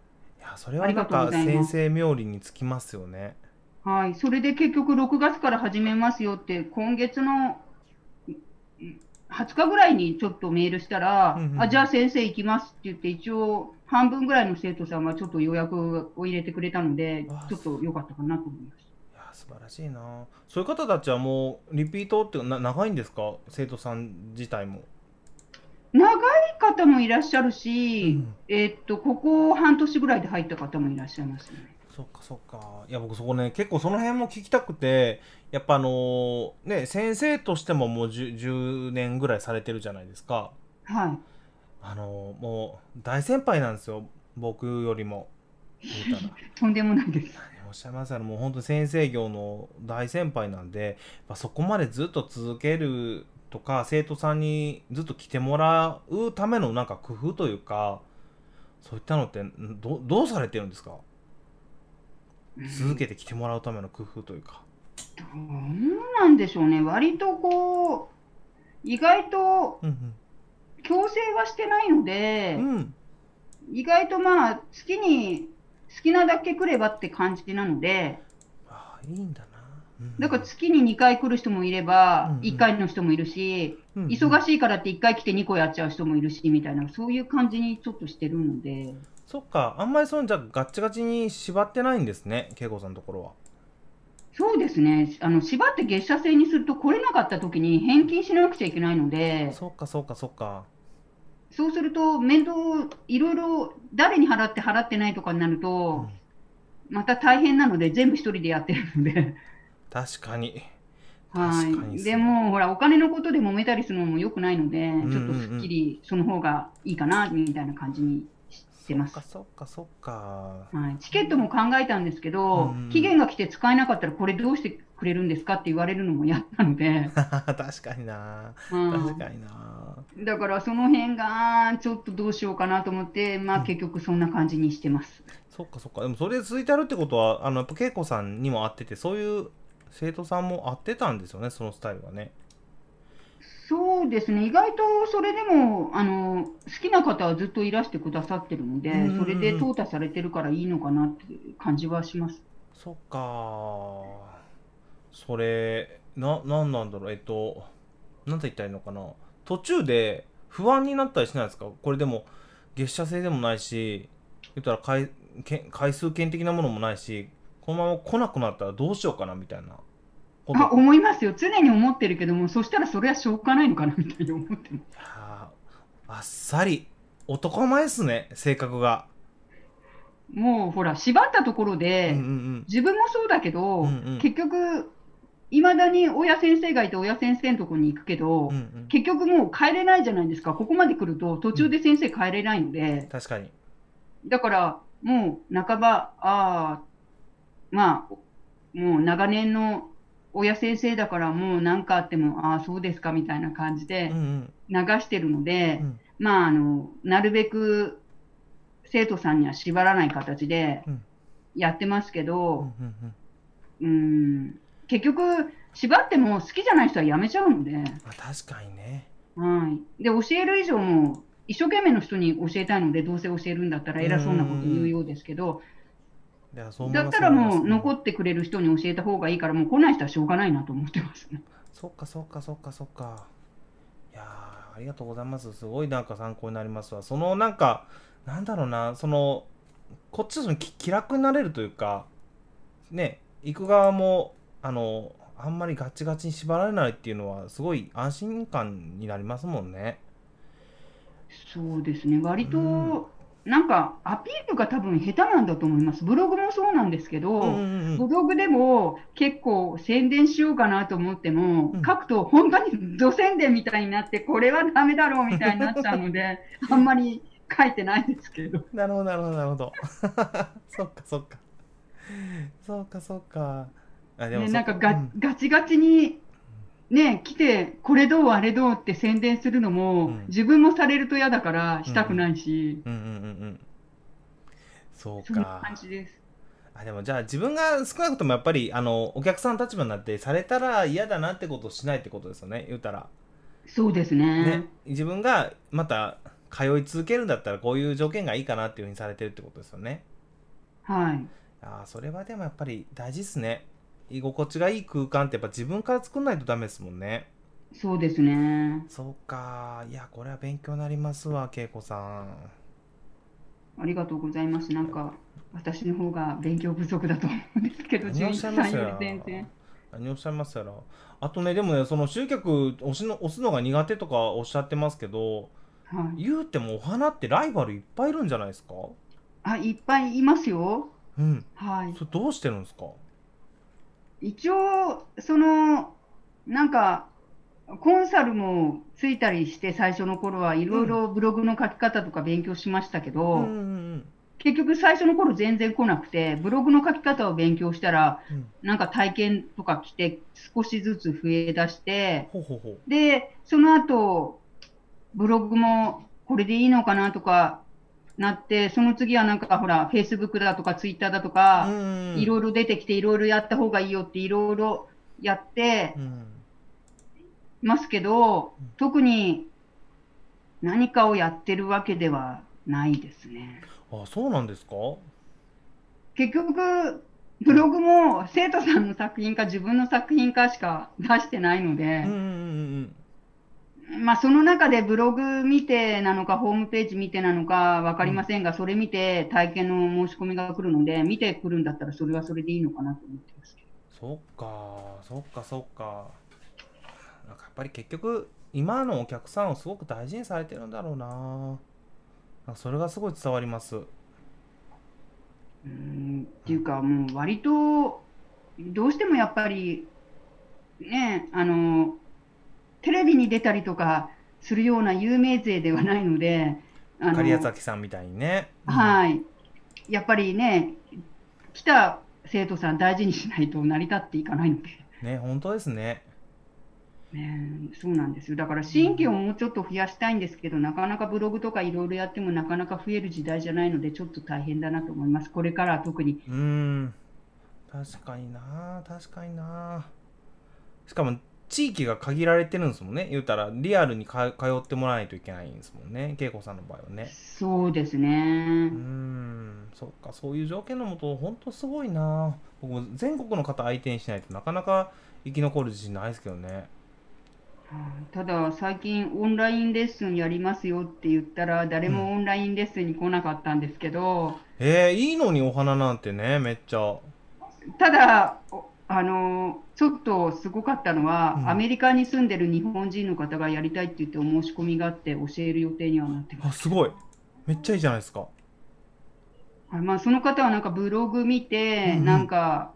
Speaker 1: や、それ
Speaker 2: ありがとうご
Speaker 1: はなんか
Speaker 2: ざいます。
Speaker 1: 先生冥利につきますよね。
Speaker 2: はい。それで結局ろくがつから始めますよって、今月のはつかぐらいにちょっとメールしたら、あ、じゃあ
Speaker 1: うんうん
Speaker 2: 先生行きますって言って、一応半分ぐらいの生徒さんはちょっと予約を入れてくれたので、
Speaker 1: うん。ああ、
Speaker 2: ちょっと良かったかなと思います。
Speaker 1: いや、素晴らしいな。そういう方たちはもうリピートってな長いんですか、生徒さん自体も。
Speaker 2: 長い方もいらっしゃるし、
Speaker 1: うん。
Speaker 2: えっと、ここ半年ぐらいで入った方もいらっしゃいますね。
Speaker 1: そっかそっか。いや、僕そこね、結構その辺も聞きたくて、やっぱあのーね、先生としてももう じゅう, じゅうねんぐらいされてるじゃないですか。
Speaker 2: はい。
Speaker 1: あのーもう大先輩なんですよ。僕よりも。言うたら。
Speaker 2: とんでもないです。
Speaker 1: 何おっしゃいますやろ、もう本当に先生業の大先輩なんで、やっぱそこまでずっと続けるとか、生徒さんにずっと来てもらうためのなんか工夫というか、そういったのってどどうされてるんですか、続けて来てもらうための工夫というか。
Speaker 2: どうなんでしょうね。割とこう、意外と
Speaker 1: うん
Speaker 2: 強制はしてないので、
Speaker 1: うん。うん。
Speaker 2: 意外とまあ、好きに、好きなだけ来ればって感じなので、
Speaker 1: ああ、いいんだな。うん
Speaker 2: だから月ににかい来る人もいれば、
Speaker 1: うん
Speaker 2: いっかいの人もいるし、
Speaker 1: うんうんうん。
Speaker 2: 忙しいからっていっかい来てにこやっちゃう人もいるし、みたいな、そういう感じにちょっとしてるので、
Speaker 1: そっか、あんまりそのじゃあガッチガチに縛ってないんですね、恵子さんのところは。
Speaker 2: そうですね、あの縛って月謝制にすると来れなかった時に返金しなくちゃいけないので、
Speaker 1: そっかそっかそっか。
Speaker 2: そうすると面倒、いろいろ誰に払って払ってないとかになると、
Speaker 1: うん。
Speaker 2: また大変なので、全部一人でやってるので。
Speaker 1: 確かに。
Speaker 2: は
Speaker 1: 確かに
Speaker 2: い。で
Speaker 1: すごい。
Speaker 2: も、ほら、お金のことで揉めたりするのも良くないので、
Speaker 1: うんうんう
Speaker 2: ちょっとすっき
Speaker 1: ん。
Speaker 2: りその方がいいかな、みたいな感じにして
Speaker 1: そっか
Speaker 2: ます。
Speaker 1: そっかそっか。
Speaker 2: はい。チケットも考えたんですけ
Speaker 1: うんうんう
Speaker 2: ど、期
Speaker 1: ん。
Speaker 2: 限が来て使えなかったら、これどうしてくれるんですかって言われるのも嫌なので、
Speaker 1: 確かにな。
Speaker 2: う
Speaker 1: 確か
Speaker 2: ん。
Speaker 1: にな。
Speaker 2: だからその辺がちょっとどうしようかなと思って、まあ
Speaker 1: うん。
Speaker 2: 結局そんな感じにしてます。
Speaker 1: そっかそっか。でもそれで続いてあるってことは、あの、やっぱ恵子さんにも合ってて、そういう生徒さんも合ってたんですよね、そのスタイルがね。
Speaker 2: そうですね、意外とそれでもあの好きな方はずっといらしてくださってるの
Speaker 1: うんうん
Speaker 2: で、それで
Speaker 1: うんうん。
Speaker 2: 淘汰されてるからいいのかなっていう感じはします。
Speaker 1: そっか。それ、な、なんなんだろう。えっと、なんて言ったらいいのかな。途中で不安になったりしないですか、これでも、月謝制でもないし、言ったら回、け回数券的なものもないし、このまま来なくなったらどうしようかなみたいなこ
Speaker 2: あ、
Speaker 1: と。
Speaker 2: 思いますよ。常に思ってるけども、そしたらそれはしょうがないのかなみたいに思ってます。
Speaker 1: いやー、あっさり。男前っすね、性格が。
Speaker 2: もうほら、縛ったところ
Speaker 1: うんうんう
Speaker 2: で、
Speaker 1: ん。
Speaker 2: 自分もそうだけ
Speaker 1: うんう
Speaker 2: ど、
Speaker 1: ん。
Speaker 2: 結局、いまだに親先生がいて親先生のところに行くけど、
Speaker 1: うんうん。
Speaker 2: 結局もう帰れないじゃないですか。ここまで来ると途
Speaker 1: うん。
Speaker 2: 中で先生帰れないので、
Speaker 1: 確かに。
Speaker 2: だからもう半ば、ああ、まあ、もう長年の親先生だからもう何かあっても、ああ、そうですかみたいな感じで
Speaker 1: うんうん。
Speaker 2: 流してるので、
Speaker 1: うん。
Speaker 2: まあ、あの、なるべく生徒さんには縛らない形で
Speaker 1: うん。
Speaker 2: やってますけ
Speaker 1: うんう
Speaker 2: ど、
Speaker 1: ん。
Speaker 2: うん、結局、縛っても好きじゃない人はやめちゃうので、
Speaker 1: まあ確かにね。
Speaker 2: はい。で、教える以上も、一生懸命の人に教えたいので、どうせ教えるんだったら
Speaker 1: うんうんう
Speaker 2: 偉そうなこと言う
Speaker 1: ん。
Speaker 2: ようですけど、
Speaker 1: いや、そう思います、
Speaker 2: だったら
Speaker 1: そう思います。うん。
Speaker 2: もう残ってくれる人に教えた方がいいから、もう来ない人はしょうがないなと思ってますね。
Speaker 1: そっかそっかそっかそっか。いやー、ありがとうございます。すごいなんか参考になりますわ。そのなんか、なんだろうな、その、こっちとその気気楽になれるというか、ね、行く側も、あの、あんまりガチガチに縛られないっていうのは、すごい安心感になりますもんね。
Speaker 2: そうですね。
Speaker 1: う
Speaker 2: 割
Speaker 1: ん。
Speaker 2: と、なんかアピールが多分下手なんだと思います。ブログもそうなんですけ
Speaker 1: うんうん
Speaker 2: ど、
Speaker 1: うん
Speaker 2: ブログでも結構宣伝しようかなと思っても、
Speaker 1: うん。
Speaker 2: 書くと本当にド宣伝みたいになって、これはダメだろうみたいになっちゃうので、あんまり書いてないですけど。
Speaker 1: なるほど、なるほど、なるほど。そっか、そっか。そうか、そうか。あ、でも
Speaker 2: ね、
Speaker 1: そこ、う
Speaker 2: なんかガ、
Speaker 1: ん。
Speaker 2: ガチガチにね、来て、これどう、あれどうって宣伝するのも、
Speaker 1: うん。
Speaker 2: 自分もされると嫌だから
Speaker 1: うんうん。
Speaker 2: したくないし、
Speaker 1: うんうんうんうん。そう
Speaker 2: そんな感
Speaker 1: か。
Speaker 2: じです。
Speaker 1: あ、でもじゃあ自分が少なくともやっぱり、あの、お客さんの立場になってされたら嫌だなってことをしないってことですよね、言うたら。
Speaker 2: そうです
Speaker 1: ね。
Speaker 2: ね。
Speaker 1: 自分がまた通い続けるんだったらこういう条件がいいかなっていうふうにされてるってことですよね。
Speaker 2: はい。
Speaker 1: あー、それはでもやっぱり大事っすね。居心地がいい空間ってやっぱ自分から作んないとダメですもんね。
Speaker 2: そうですね。
Speaker 1: そうか。いや、これは勉強になりますわ、恵子さん。
Speaker 2: ありがとうございます。なんか、私の方が勉強不足だと思うんですけど、
Speaker 1: 何をおっ
Speaker 2: 純
Speaker 1: しゃいますや
Speaker 2: 一さんより全
Speaker 1: ら。
Speaker 2: 然。
Speaker 1: 何をおっしゃいますやら。あとね、でもね、その集客押しの、押すのが苦手とかおっしゃってますけど、
Speaker 2: はい。
Speaker 1: 言うてもお花ってライバルいっぱいいるんじゃないですか？
Speaker 2: あ、いっぱいいますよ。
Speaker 1: うん。
Speaker 2: はい。
Speaker 1: それどうしてるんですか？
Speaker 2: 一応、その、なんか、コンサルもついたりして、最初の頃はい
Speaker 1: うん。
Speaker 2: ろいろブログの書き方とか勉強しましたけ
Speaker 1: うんう
Speaker 2: ど、
Speaker 1: ん
Speaker 2: 結局最初の頃全然来なくて、ブログの書き方を勉強したら、
Speaker 1: うん。うん。
Speaker 2: なんか体験とか来て、少しずつ増え出して、
Speaker 1: ほうほうほう。
Speaker 2: で、その後、ブログもこれでいいのかなとかなって、その次はなんかほら、Facebook だとか Twitter だと
Speaker 1: う
Speaker 2: か、いろい
Speaker 1: ん
Speaker 2: ろ出てきて、いろいろやった方がいいよっていろいろやって
Speaker 1: うん。うん。
Speaker 2: ますけど、特に何かをやってるわけではないですね。
Speaker 1: あ、そうなんですか？
Speaker 2: 結局、ブログも生徒さんの作品か自分の作品かしか出してないので、
Speaker 1: うんうんうんうん
Speaker 2: まあ、その中でブログ見てなのか、ホームページ見てなのか分か
Speaker 1: うん。
Speaker 2: りませんが、それ見て体験の申し込みが来るので、見てくるんだったらそれはそれでいいのかなと思ってますけ
Speaker 1: そっか、そっか、そっか。なんかやっぱり結局、今のお客さんをすごく大事にされてるんだろうな。なんかそれがすごい伝わります。
Speaker 2: ど。うーん、っていうか、もう割と、どうしてもやっぱりね、あの、テレビに出たりとかするような有名勢ではないので、あ
Speaker 1: 狩矢
Speaker 2: の、
Speaker 1: 崎さんみたいにね。うん。
Speaker 2: はい。やっぱりね、来た生徒さん大事にしないと成り立っていかないので。
Speaker 1: ね、本当ですね。
Speaker 2: ねえ、そうなんですよ。だから
Speaker 1: うん。
Speaker 2: 新規をもうちょっと増やしたいんですけど、なかなかブログとかいろいろやってもなかなか増える時代じゃないので、ちょっと大変だなと思います。これからは特に。
Speaker 1: うーん。確かにな、確かにな。しかも、地域が限られてるんですもんね。言うたら、リアルにか通ってもらわないといけないんですもんね。恵子さんの場合はね。
Speaker 2: そうです
Speaker 1: うー
Speaker 2: ね。
Speaker 1: ん、そっか、そういう条件のもと、ほんとすごいな。僕も全国の方相手にしないとなかなか生き残る自信ないですけどね。
Speaker 2: はいただ、最近オンラインレッスンやりますよって言ったら、誰
Speaker 1: うん。
Speaker 2: もオンラインレッスンに来なかったんですけど、
Speaker 1: えー、いいのにお花なんてね、めっちゃ。
Speaker 2: ただ、おあの、ちょっとすごかったのは、ア
Speaker 1: うん。
Speaker 2: メリカに住んでる日本人の方がやりたいって言ってお申し込みがあって教える予定にはなってま
Speaker 1: あ、
Speaker 2: すけど。
Speaker 1: すごい。めっちゃいいじゃないですか。
Speaker 2: はいまあ、その方はなんかブログ見て、なん
Speaker 1: うんうん。
Speaker 2: か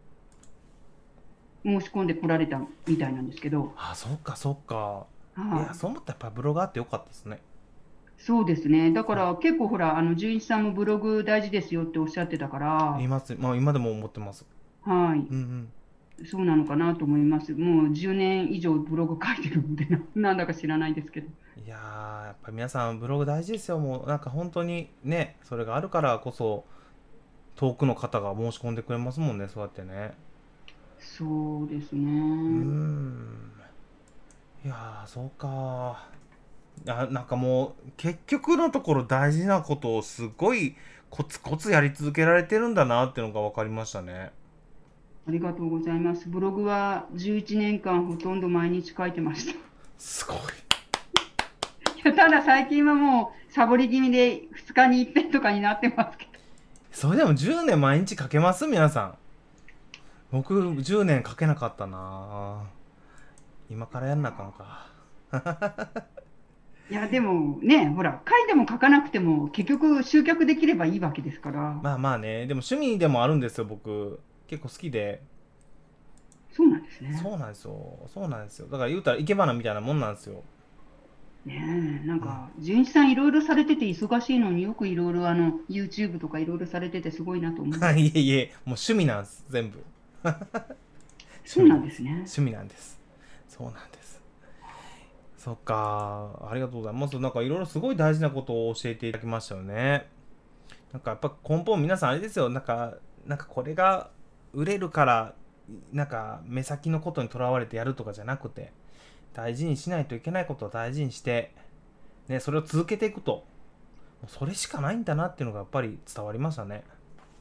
Speaker 2: 申し込んでこられたみたいなんですけど、
Speaker 1: あ、そっかそっか。いや、
Speaker 2: はい、
Speaker 1: そう思ったらやっぱブログあってよかったですね。
Speaker 2: そうですね。だか
Speaker 1: うん。
Speaker 2: ら結構ほら、あの、純一さんもブログ大事ですよっておっしゃってたから、
Speaker 1: 言います。まあ今でも思ってます。
Speaker 2: は
Speaker 1: うんうん。
Speaker 2: い、そうなのかなと思います。もうじゅうねん以上ブログ書いてるのでな、なんだか知らないですけど。
Speaker 1: いやー、やっぱり皆さんブログ大事ですよ。もうなんか本当にね、それがあるからこそ遠くの方が申し込んでくれますもんね、そうやってね。
Speaker 2: そうです
Speaker 1: うー
Speaker 2: ね。
Speaker 1: ん。いやー、そうか。あ、なんかもう結局のところ大事なことをすごいコツコツやり続けられてるんだなっていうのが分かりましたね。
Speaker 2: ありがとうございます。ブログはじゅういちねんかんほとんど毎日書いてました。い
Speaker 1: すごい。
Speaker 2: やただ最近はもうサボり気味でふつかに一遍とかになってますけど。
Speaker 1: それでもじゅうねん毎日かけます皆さん。僕じゅうねんかけなかったな。今からやんなあかんか。
Speaker 2: いや、でもね、ほら、書いても書かなくても結局集客できればいいわけですから。
Speaker 1: まあまあね、でも趣味でもあるんですよ、僕。結構好きで。
Speaker 2: そうなんですね。
Speaker 1: そうなんですよ。そうなんですよ。だから言うたら生け花みたいなもんなんですよ。
Speaker 2: ねえ、なん
Speaker 1: うん。
Speaker 2: か、純一さんいろいろされてて忙しいのによくいろいろあの、YouTube とかいろいろされててすごいなと思います。
Speaker 1: いえいえ、もう趣味なんです、全部。趣
Speaker 2: そうなん
Speaker 1: 味なんです。
Speaker 2: ですね。
Speaker 1: 趣味なんです。そうなんです。そっか。ありがとうございます。なんかいろいろすごい大事なことを教えていただきましたよね。なんかやっぱ根本皆さんあれですよ。なんか、なんかこれが売れるから、なんか目先のことにとらわれてやるとかじゃなくて、大事にしないといけないことを大事にして、ね、それを続けていくと。もうそれしかないんだなっていうのがやっぱり伝わりましたね。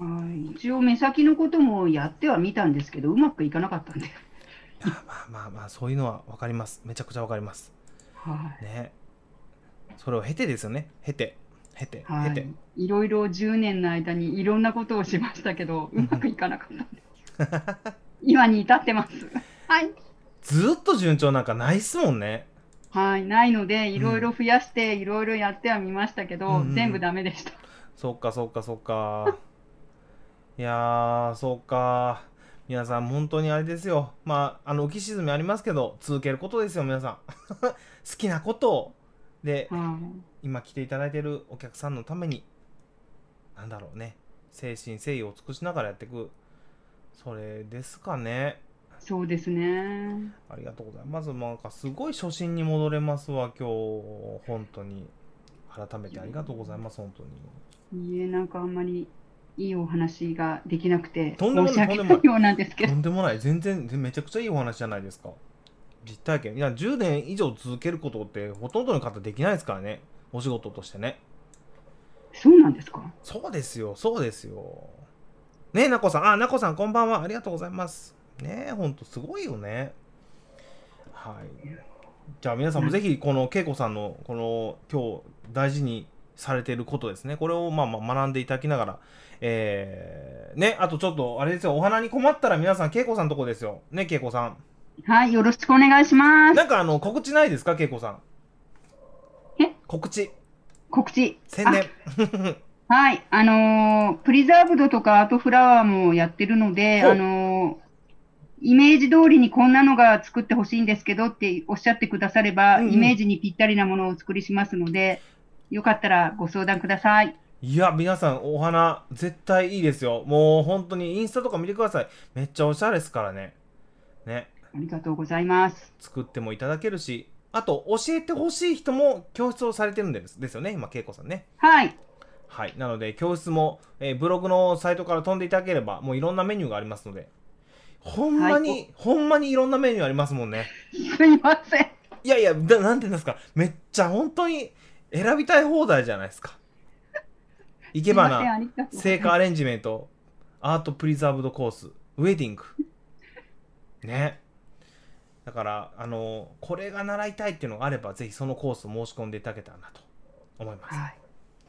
Speaker 2: はい、一応目先のこともやってはみたんですけど、うまくいかなかったんで。
Speaker 1: まあまあまあ、そういうのは分かります。めちゃくちゃ分かります。
Speaker 2: はい。
Speaker 1: ね。それを経てですよね。経て、経て、経
Speaker 2: は
Speaker 1: て。
Speaker 2: い。いろいろじゅうねんの間にいろんなことをしましたけど、うまくいかなかったんです。今に至ってます。はい。
Speaker 1: ずっと順調なんかないっすもんね。
Speaker 2: はい。ないので、いろい
Speaker 1: うん。
Speaker 2: ろ増やして、いろいろやってはみましたけ
Speaker 1: うんうんう
Speaker 2: ど、全部
Speaker 1: ん。
Speaker 2: ダメでした。
Speaker 1: そっかそっかそっか。いやー、そっか。皆さん本当にあれですよ。まあ、あの浮き沈みありますけど、続けることですよ、皆さん。好きなことを。で、
Speaker 2: はい。
Speaker 1: 今来ていただいてるお客さんのために、なんだろうね。誠心誠意を尽くしながらやっていく。それですかね。
Speaker 2: そうですね。
Speaker 1: ありがとうございます。まずなんかすごい初心に戻れますわ、今日。本当に。改めてありがとうございます、本当に。
Speaker 2: いいえ、なんかあんまりいいお話ができなくて
Speaker 1: とんでもない、とん
Speaker 2: 申し訳
Speaker 1: でもない。
Speaker 2: ないようなんですけど。
Speaker 1: とんでもない。全然、めちゃくちゃいいお話じゃないですか。実体験。いや、じゅうねん以上続けることってほとんどの方できないですからね。お仕事としてね。
Speaker 2: そうなんですか？
Speaker 1: そうですよ、そうですよ。ねえ、なこさん。あ、なこさん、こんばんは。ありがとうございます。ねえ、ほんとすごいよね。はい。じゃあ皆さんもぜひ、この恵子さんの、この、今日大事にされていることですね。これをまあまあ学んでいただきながら、えー、ね、あとちょっと、あれですよ、お花に困ったら皆さん、恵子さんのとこですよ。ね、恵子さん。
Speaker 2: はい、よろしくお願いします。
Speaker 1: なんかあの、告知ないですか、恵子さん。
Speaker 2: え、
Speaker 1: 告知。
Speaker 2: 告知。あ、
Speaker 1: 宣伝。
Speaker 2: はい、あのープリザーブドとかアートフラワーもやってるので、あ
Speaker 1: ほう。
Speaker 2: のーイメージ通りにこんなのが作ってほしいんですけどっておっしゃってくだされば、イ
Speaker 1: うんうん。
Speaker 2: メージにぴったりなものをお作りしますので、よかったらご相談ください。
Speaker 1: いや、皆さん、お花、絶対いいですよ。もう、本当に、インスタとか見てください。めっちゃおしゃれですからね。ね。
Speaker 2: ありがとうございます。
Speaker 1: 作ってもいただけるし、あと、教えてほしい人も教室をされてるんですですよね、今、恵子さんね。
Speaker 2: はい。
Speaker 1: はい。なので、教室も、えーブログのサイトから飛んでいただければ、もういろんなメニューがありますので、ほん
Speaker 2: はい。お、
Speaker 1: まに、ほんまにいろんなメニューありますもんね。
Speaker 2: すいません。
Speaker 1: いやいや、だなんて言うんですか、めっちゃ本当に選びたい放題じゃないですか。生け
Speaker 2: すいません。
Speaker 1: 花、
Speaker 2: ありがとうございます。
Speaker 1: 聖火アレンジメント、アートプリザーブドコース、ウェディング。ね。だから、あの、これが習いたいっていうのがあれば、ぜひそのコースを申し込んでいただけたらなと思います。
Speaker 2: はい。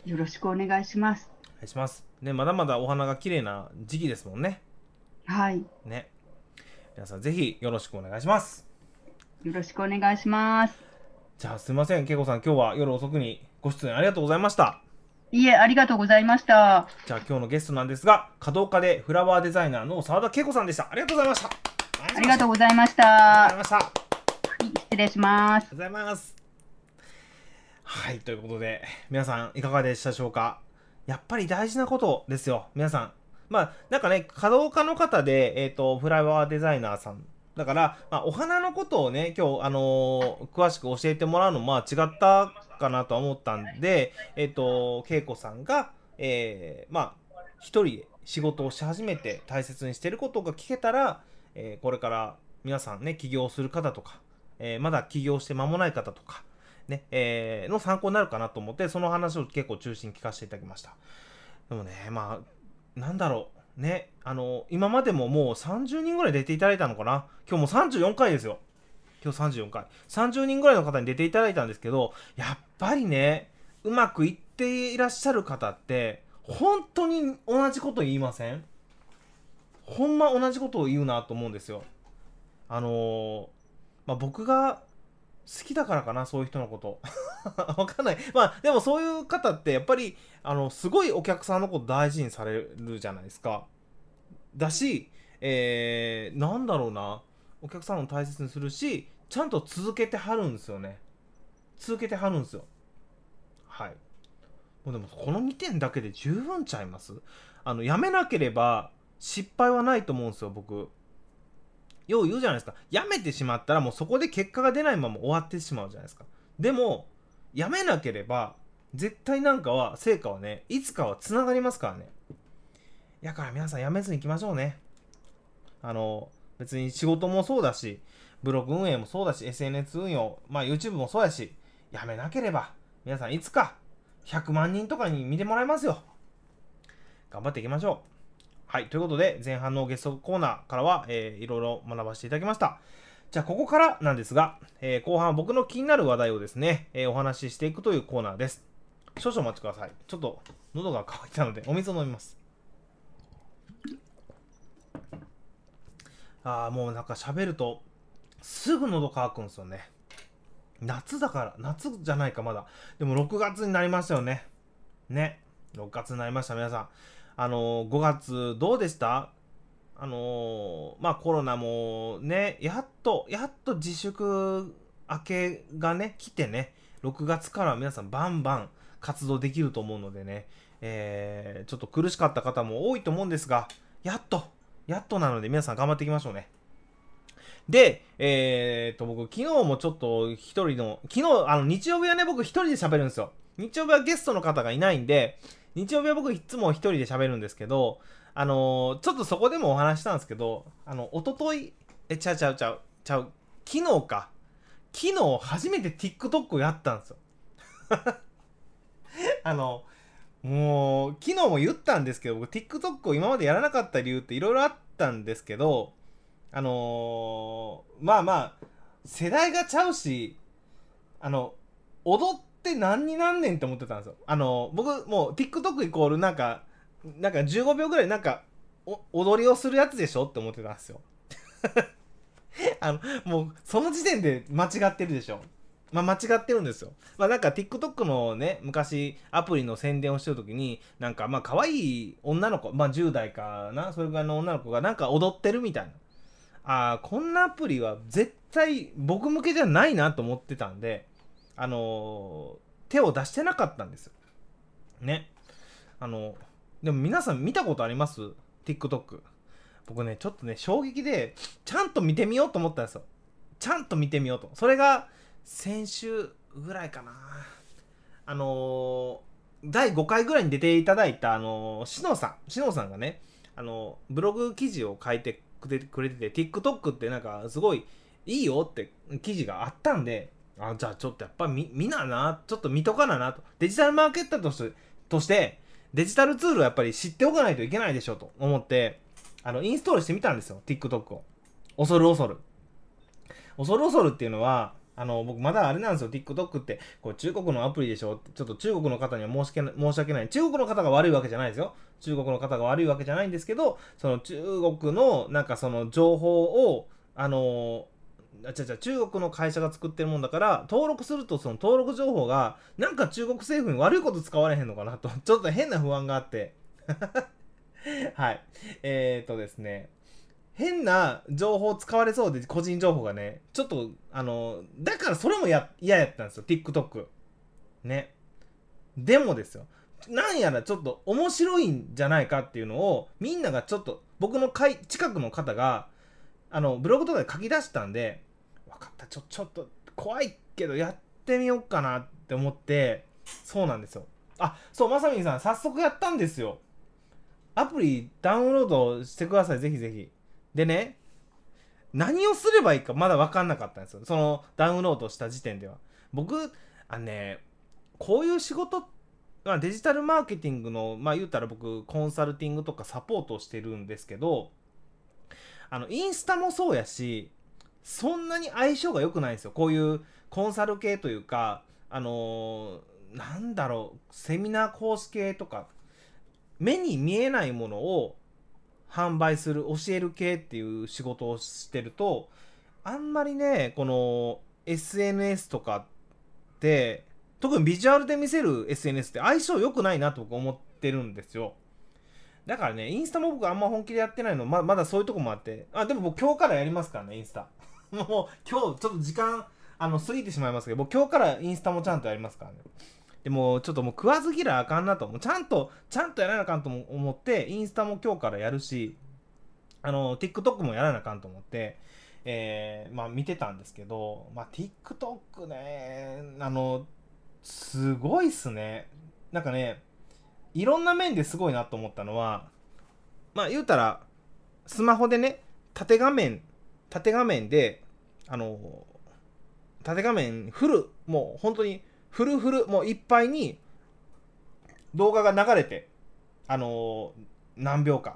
Speaker 2: よろしくお願いします。
Speaker 1: お願いします。ね、まだまだお花が綺麗な時期ですもんね。
Speaker 2: はい。
Speaker 1: ね。皆さんぜひよろしくお願いします。
Speaker 2: よろしくお願いします。
Speaker 1: じゃあすいません、けいこさん、今日は夜遅くにご出演ありがとうございました。
Speaker 2: いえ、ありがとうございました。
Speaker 1: じゃあ今日のゲストなんですが、華道家でフラワーデザイナーの澤田恵子さんでした。ありがとうございました。ありがとうございました。
Speaker 2: ありがとうございまし
Speaker 1: ありがとうご
Speaker 2: た。は
Speaker 1: ざいました。ありがと
Speaker 2: い、失礼します。
Speaker 1: うございます。はい、ということで、皆さんいかがでしたでしょうか。やっぱり大事なことですよ、皆さん。まあ、なんかね、華道家の方で、えっ、と、フラワーデザイナーさん。だから、まあ、お花のことをね、今日、あのー詳しく教えてもらうの、まあ、違ったかなとは思ったんで、えっ、と、恵子さんが、えー、まあ、一人で仕事をし始めて大切にしてることが聞けたら、えーこれから皆さんね、起業する方とか、えーまだ起業して間もない方とか、ね、えーの参考になるかなと思って、その話を結構中心に聞かせていただきました。でもね、まあ、なんだろう。ね、あの、今までももうさんじゅうにんぐらい出ていただいたのかな。今日もうさんじゅうよんかいですよ。今日さんじゅうよんかい。さんじゅうにんぐらいの方に出ていただいたんですけど、やっぱりね、うまくいっていらっしゃる方って、本当に同じこと言いません？ほんま同じことを言うなと思うんですよ。あのーまあ、僕が好きだからかな、そういう人のこと。わかんない。まあ、でもそういう方って、やっぱり、あの、すごいお客さんのこと大事にされるじゃないですか。だし、えー、なんだろうな。お客さんを大切にするし、ちゃんと続けてはるんですよね。続けてはるんですよ。はい。もうでも、このにてんだけで十分ちゃいます？あの、やめなければ失敗はないと思うんですよ、僕。よう言うじゃないですか。やめてしまったらもうそこで結果が出ないまま終わってしまうじゃないですか。でも、やめなければ、絶対なんかは、成果はね、いつかはつながりますからね。やから皆さんやめずに行きましょうね。あの、別に仕事もそうだし、ブログ運営もそうだし、エスエヌエス 運用、まあ YouTube もそうだし、やめなければ、皆さんいつかひゃくまんにんとかに見てもらえますよ。頑張っていきましょはい、ということで、前半のゲストコーナーからは、えー、いろいろ学ばせていただきました。じゃあ、ここからなんですが、えー、後半は僕の気になる話題をですね、えー、お話ししていくというコーナーです。少々お待ちください。ちょっと喉が渇いたので、お水を飲みます。ああ、もうなんか喋ると、すぐ喉乾くんですよね。夏だから、夏じゃないか、まだ。でもろくがつになりましたよね。ね。ろくがつになりました、皆さん。あのー、ごがつどうでした？あのー、まあコロナもね、やっと、やっと自粛明けがね、来てね、ろくがつから皆さんバンバン活動できると思うのでね、えー、ちょっと苦しかった方も多いと思うんですが、やっと、やっとなので皆さん頑張っていきましょうね。で、えー、っと、僕、昨日もちょっと一人の、昨日、あの、日曜日はね、僕一人で喋るんですよ。日曜日はゲストの方がいないんで、日曜日は僕いつも一人で喋るんですけど、あのー、ちょっとそこでもお話したんですけど、あの、おととい、え、ちゃうちゃうちゃう、ちゃう、昨日か。昨日初めて TikTok をやったんですよ。あの、もう、昨日も言ったんですけど、僕 TikTok を今までやらなかった理由っていろいろあったんですけど、あのー、まあまあ、世代がちゃうし、あの、踊って何になんねんって思ってたんですよ。あの、僕、もう TikTok イコールなんか、なんかじゅうごびょうぐらいなんか、踊りをするやつでしょって思ってたんですよ。あの、もう、その時点で間違ってるでしょ。まあ、間違ってるんですよ。まあ、なんか TikTok のね、昔アプリの宣伝をしてるときに、なんかまあ、可愛い女の子、まあ、じゅう代かな、それぐらいの女の子がなんか踊ってるみたいな。ああ、こんなアプリは絶対僕向けじゃないなと思ってたんで、あのー、手を出してなかったんですよ。ね。あの、でも皆さん見たことあります？ TikTok。僕ね、ちょっとね、衝撃で、ちゃんと見てみようと思ったんですよ。ちゃんと見てみようと。それが、先週ぐらいかな。あのー、だいごかいぐらいに出ていただいた、あのー、しのさん。しのさんがね、あのー、ブログ記事を書いてくれてて、TikTok ってなんか、すごいいいよって記事があったんで、あ、じゃあちょっとやっぱ見、見なな、ちょっと見とかななと。デジタルマーケッターとして、として、デジタルツールをやっぱり知っておかないといけないでしょと思って、あの、インストールしてみたんですよ、TikTok を。恐る恐る。恐る恐るっていうのは、あの、僕まだあれなんですよ、TikTok って、こう中国のアプリでしょって、ちょっと中国の方には申し訳ない、申し訳ない。中国の方が悪いわけじゃないですよ。中国の方が悪いわけじゃないんですけど、その中国の、なんかその情報を、あのあ、違う違う、中国の会社が作ってるもんだから、登録するとその登録情報が、なんか中国政府に悪いこと使われへんのかなと、ちょっと変な不安があって。はい。えーとですね。変な情報使われそうで、個人情報がね、ちょっと、あの、だからそれもや嫌やったんですよ、TikTok。ね。でもですよ、なんやらちょっと面白いんじゃないかっていうのを、みんながちょっと、僕の近くの方が、あの、ブログとかで書き出したんで、分かった、ちょ、ちょっと怖いけどやってみようかなって思って、そうなんですよ。あ、そう、まさみんさん、早速やったんですよ。アプリダウンロードしてください、ぜひぜひ。でね、何をすればいいかまだ分かんなかったんですよ。そのダウンロードした時点では。僕、あのね、こういう仕事、まあ、デジタルマーケティングの、まあ言ったら僕、コンサルティングとかサポートをしてるんですけど、あの、インスタもそうやし、そんなに相性が良くないんですよ。こういうコンサル系というか、あのー、なんだろう、セミナー講師系とか、目に見えないものを販売する、教える系っていう仕事をしてると、あんまりね、この エスエヌエス とかって、特にビジュアルで見せる エスエヌエス って相性良くないなと僕思ってるんですよ。だからね、インスタも僕あんま本気でやってないの、ままだそういうとこもあって、あ、でも僕今日からやりますからね、インスタ。もう今日ちょっと時間、あの、過ぎてしまいますけど、僕今日からインスタもちゃんとやりますからね。でもちょっともう食わず嫌いあかんなと、もうちゃんと、ちゃんとやらなあかんと思って、インスタも今日からやるし、あの、TikTok もやらなあかんと思って、えー、まあ見てたんですけど、まあ TikTok ね、あの、すごいっすね。なんかね、いろんな面ですごいなと思ったのは、まあ言うたら、スマホでね、縦画面、縦画面で、あの、縦画面フル、もう本当にフルフル、もういっぱいに動画が流れて、あの、何秒か。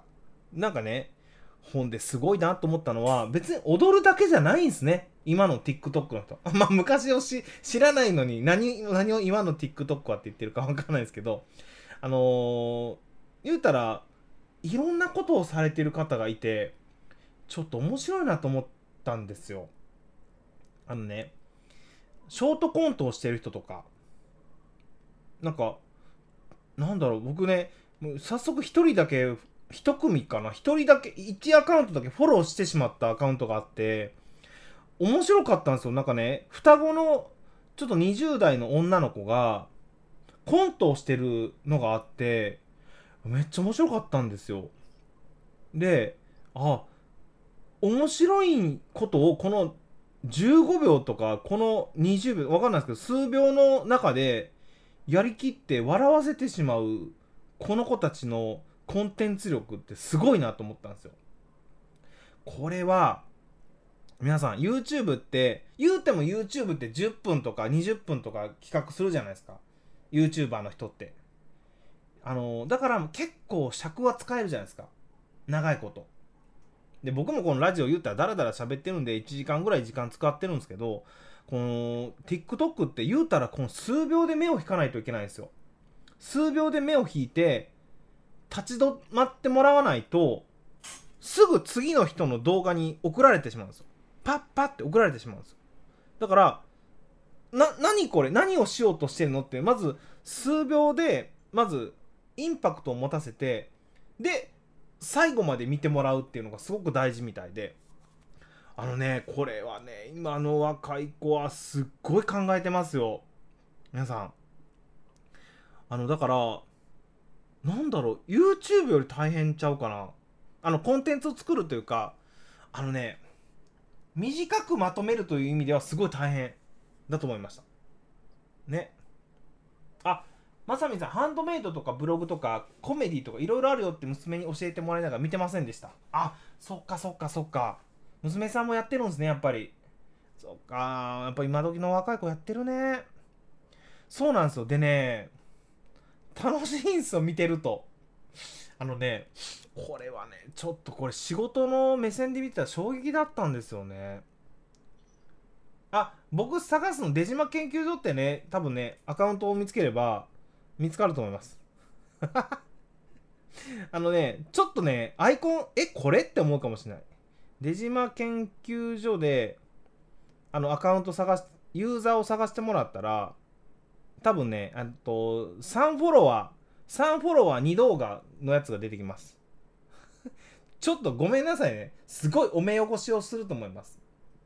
Speaker 1: なんかね、ほんですごいなと思ったのは、別に踊るだけじゃないんですね。今の TikTok の人。まあ昔をし知らないのに何、何を今の TikTok はって言ってるかわかんないですけど、あのー、言うたら、いろんなことをされてる方がいて、ちょっと面白いなと思ったんですよ。あのね、ショートコントをしてる人とか、なんか、なんだろう、僕ね、もう早速一人だけ、一組かな、一人だけ、一アカウントだけフォローしてしまったアカウントがあって、面白かったんですよ。なんかね、双子の、ちょっとにじゅう代の女の子が、コントをしてるのがあって、めっちゃ面白かったんですよ。で、あ、面白いことをこのじゅうごびょうとか、このにじゅうびょう、わかんないですけど、数秒の中で、やりきって笑わせてしまうこの子たちのコンテンツ力ってすごいなと思ったんですよ。これは皆さん YouTube って言うても YouTube ってじゅっぷんとかにじゅっぷんとか企画するじゃないですか。 YouTuber の人ってあのだから結構尺は使えるじゃないですか、長いこと。で僕もこのラジオ言ったらダラダラ喋ってるんでいちじかんぐらい時間使ってるんですけど、この TikTok って言うたらこの数秒で目を引かないといけないんですよ。数秒で目を引いて立ち止まってもらわないとすぐ次の人の動画に送られてしまうんですよ。パッパッって送られてしまうんですよ。だからな何これ何をしようとしてるのって、まず数秒でまずインパクトを持たせて、で最後まで見てもらうっていうのがすごく大事みたいで、あのねこれはね今の若い子はすっごい考えてますよ皆さん。あのだからなんだろう YouTube より大変ちゃうかな、あのコンテンツを作るというか、あのね短くまとめるという意味ではすごい大変だと思いましたね。あ、まさみさんハンドメイドとかブログとかコメディとかいろいろあるよって娘に教えてもらいながら見てませんでした。あ、そっかそっかそっか、娘さんもやってるんですねやっぱり。そっか、やっぱ今時の若い子やってるね。そうなんですよ。でね楽しいんですよ見てると。あのねこれはねちょっとこれ仕事の目線で見てたら衝撃だったんですよね。あ、僕探すの出島研究所ってね多分ねアカウントを見つければ見つかると思いますあのねちょっとねアイコンえこれって思うかもしれない。出島研究所であのアカウント探しユーザーを探してもらったら多分ねあとさんフォロワーさんフォロワーに動画のやつが出てきます。ちょっとごめんなさいね、すごいお目汚しをすると思います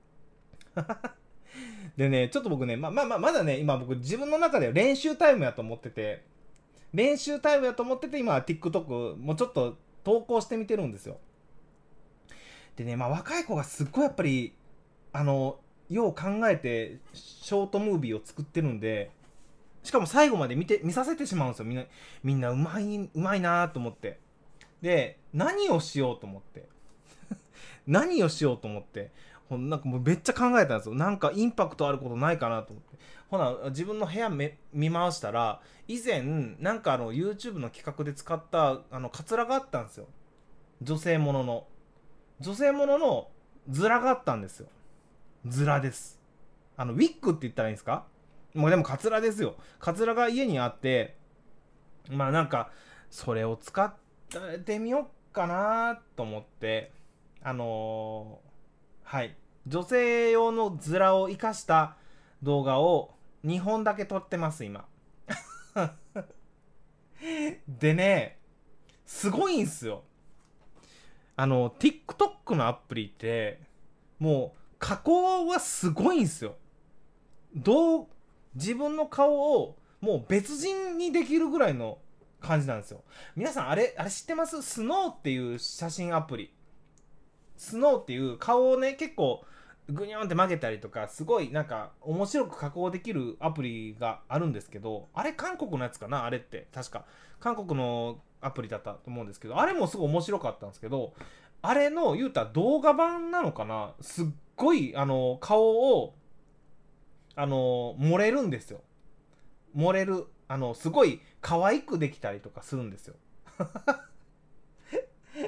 Speaker 1: でねちょっと僕ねままままだね今僕自分の中で練習タイムやと思ってて練習タイムやと思ってて今 TikTok もうちょっと投稿してみてるんですよ。でねまあ若い子がすっごいやっぱりあのよう考えてショートムービーを作ってるんで、しかも最後まで見て見させてしまうんですよ。みんなみんなうまいうまいなと思って、で何をしようと思って何をしようと思ってほんなんかもうめっちゃ考えたんですよ。なんかインパクトあることないかなと思って、ほな自分の部屋め見回したら以前なんかあの YouTube の企画で使ったあのカツラがあったんですよ。女性ものの女性もののズラがあったんですよ。ズラです。あのウィッグって言ったらいいんですか、もうでもカツラですよ。カツラが家にあって、まあなんかそれを使ってみようかなと思って、あのー、はい女性用のズラを生かした動画をにほんだけ撮ってます今でねすごいんすよ。あの TikTok のアプリってもう加工はすごいんすよ。どう自分の顔をもう別人にできるぐらいの感じなんですよ。皆さんあれあれ知ってます？スノーっていう写真アプリ。スノーっていう顔をね結構グニョンって曲げたりとかすごいなんか面白く加工できるアプリがあるんですけど、あれ韓国のやつかな、あれって確か韓国のアプリだったと思うんですけど、あれもすごい面白かったんですけど、あれの言うたら動画版なのかな、すっごいあの顔をあの盛れるんですよ。盛れるあのすごい可愛くできたりとかするんですよ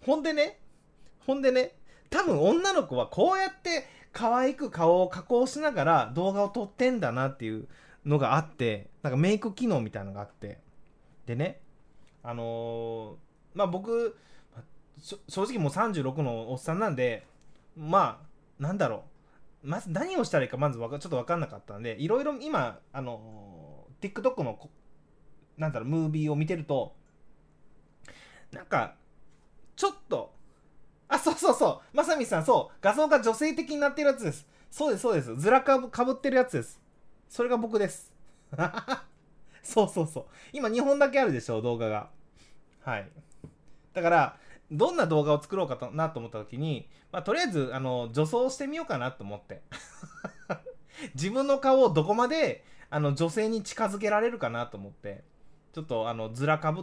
Speaker 1: ほんでね、ほんでね、多分女の子はこうやって可愛く顔を加工しながら動画を撮ってんだなっていうのがあって、なんかメイク機能みたいなのがあって、でね、あのー、まあ僕正直もうさんじゅうろくのおっさんなんで、まあなんだろう、まず何をしたらいいかまずわかちょっと分かんなかったんで、いろいろ今あのー、TikTok のなんだろうムービーを見てると、なんかちょっと、あ、そうそうそう、まさみさん、そう、画像が女性的になってるやつです。そうです、そうです。ずらかぶかぶってるやつです。それが僕です。そうそうそう。今にほんだけあるでしょ、動画が。はい。だから、どんな動画を作ろうかなと思った時に、まあ、とりあえず、あの、女装してみようかなと思って。自分の顔をどこまで、あの、女性に近づけられるかなと思って、ちょっと、あの、ずらかぶって、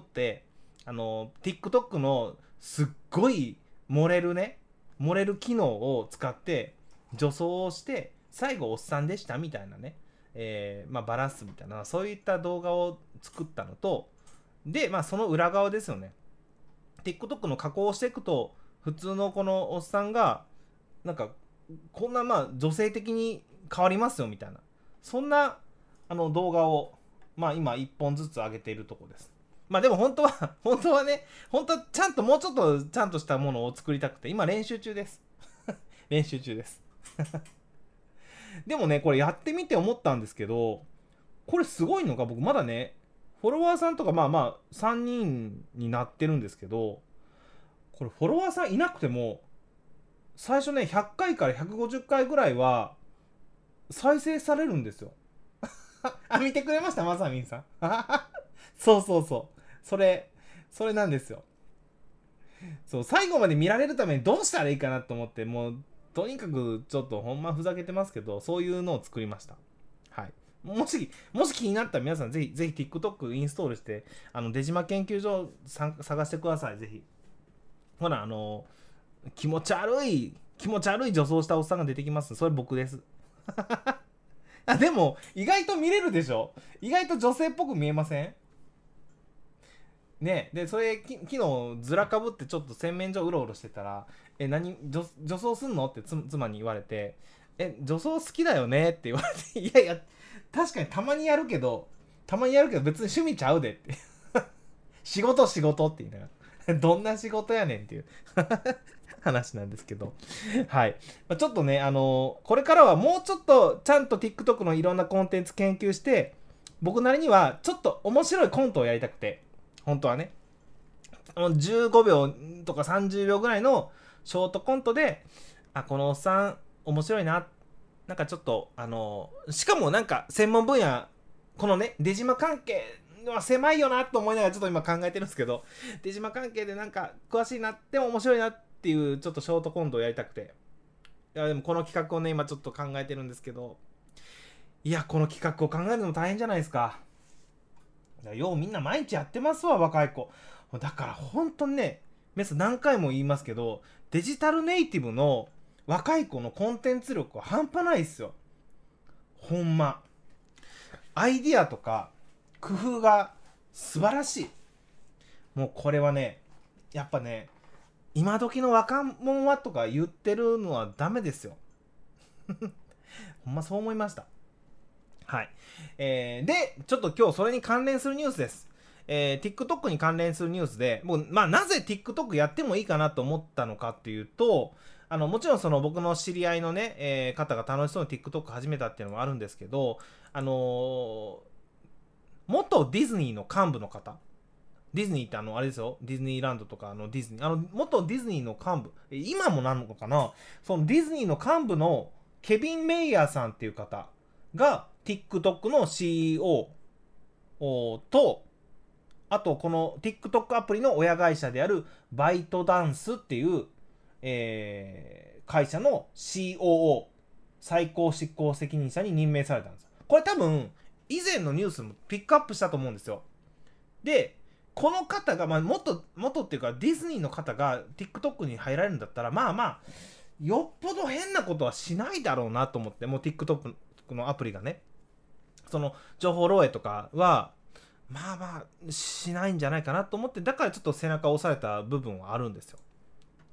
Speaker 1: あの、TikTok のすっごい漏れるね、漏れる機能を使って女装をして最後おっさんでしたみたいなね、えー、まあバラすみたいな、そういった動画を作ったのと、でまあその裏側ですよね。 TikTok の加工をしていくと普通のこのおっさんがなんかこんなまあ女性的に変わりますよみたいな、そんなあの動画をまあ今いっぽんずつ上げているところです。まあでも本当は、本当はね、本当はちゃんともうちょっとちゃんとしたものを作りたくて、今練習中です。練習中です。でもね、これやってみて思ったんですけど、これすごいのが僕まだね、フォロワーさんとかまあまあさんにんになってるんですけど、これフォロワーさんいなくても、最初ね、ひゃっかいからひゃくごじゅっかいぐらいは再生されるんですよ。あ、見てくれましたまさみんさん。そうそうそう。それ、それなんですよ。そう、最後まで見られるためにどうしたらいいかなと思って、もう、とにかくちょっとほんまふざけてますけど、そういうのを作りました。はい。もし、もし気になったら皆さんぜひ、ぜひ TikTok インストールして、あの、出島研究所探してください、ぜひ。ほら、あの、気持ち悪い、気持ち悪い女装したおっさんが出てきます。それ僕です。あ、でも、意外と見れるでしょ？意外と女性っぽく見えません？ね、でそれき昨日ずらかぶってちょっと洗面所うろうろしてたら「え何女女装すんの?」ってつ妻に言われて「え女装好きだよね」って言われて「いやいや確かにたまにやるけどたまにやるけど別に趣味ちゃうで」って仕事仕事って言いながらどんな仕事やねんっていう話なんですけど、はい、まあ、ちょっとねあのーこれからはもうちょっとちゃんと TikTok のいろんなコンテンツ研究して僕なりにはちょっと面白いコントをやりたくて、本当はねじゅうごびょうとかさんじゅうびょうぐらいのショートコントで、あこのおっさん面白いな、なんかちょっとあのしかもなんか専門分野、このね出島関係は狭いよなと思いながらちょっと今考えてるんですけど、出島関係でなんか詳しいなっても面白いなっていうちょっとショートコントをやりたくて、いやでもこの企画をね今ちょっと考えてるんですけど、いやこの企画を考えるのも大変じゃないですか。ようみんな毎日やってますわ若い子。だから本当にね、皆さん何回も言いますけど、デジタルネイティブの若い子のコンテンツ力は半端ないっすよ。ほんま。アイディアとか工夫が素晴らしい。もうこれはね、やっぱね、今時の若者はとか言ってるのはダメですよ。ほんまそう思いました。はい。えー、で、ちょっと今日それに関連するニュースです。えー、TikTok に関連するニュースで、もう、まあ、なぜ TikTok やってもいいかなと思ったのかっていうと、あの、もちろんその僕の知り合いのね、えー、方が楽しそうに TikTok 始めたっていうのもあるんですけど、あのー、元ディズニーの幹部の方、ディズニーってあの、あれですよ、ディズニーランドとかあのディズニー、あの、元ディズニーの幹部、今もなのかな、そのディズニーの幹部のケビン・メイヤーさんっていう方が TikTok の シーイーオー と、あとこの TikTok アプリの親会社であるバイトダンスっていう、えー、会社の シーオーオー 最高執行責任者に任命されたんです。これ多分以前のニュースもピックアップしたと思うんですよ。でこの方が、まあ、元元っていうかディズニーの方が TikTok に入られるんだったらまあまあよっぽど変なことはしないだろうなと思って、もう TikTok のアプリがねその情報漏洩とかはまあまあしないんじゃないかなと思って、だからちょっと背中を押された部分はあるんですよ。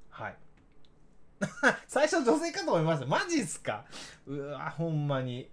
Speaker 1: はい。最初女性かと思いました。マジっすか。うわ、ほんまに。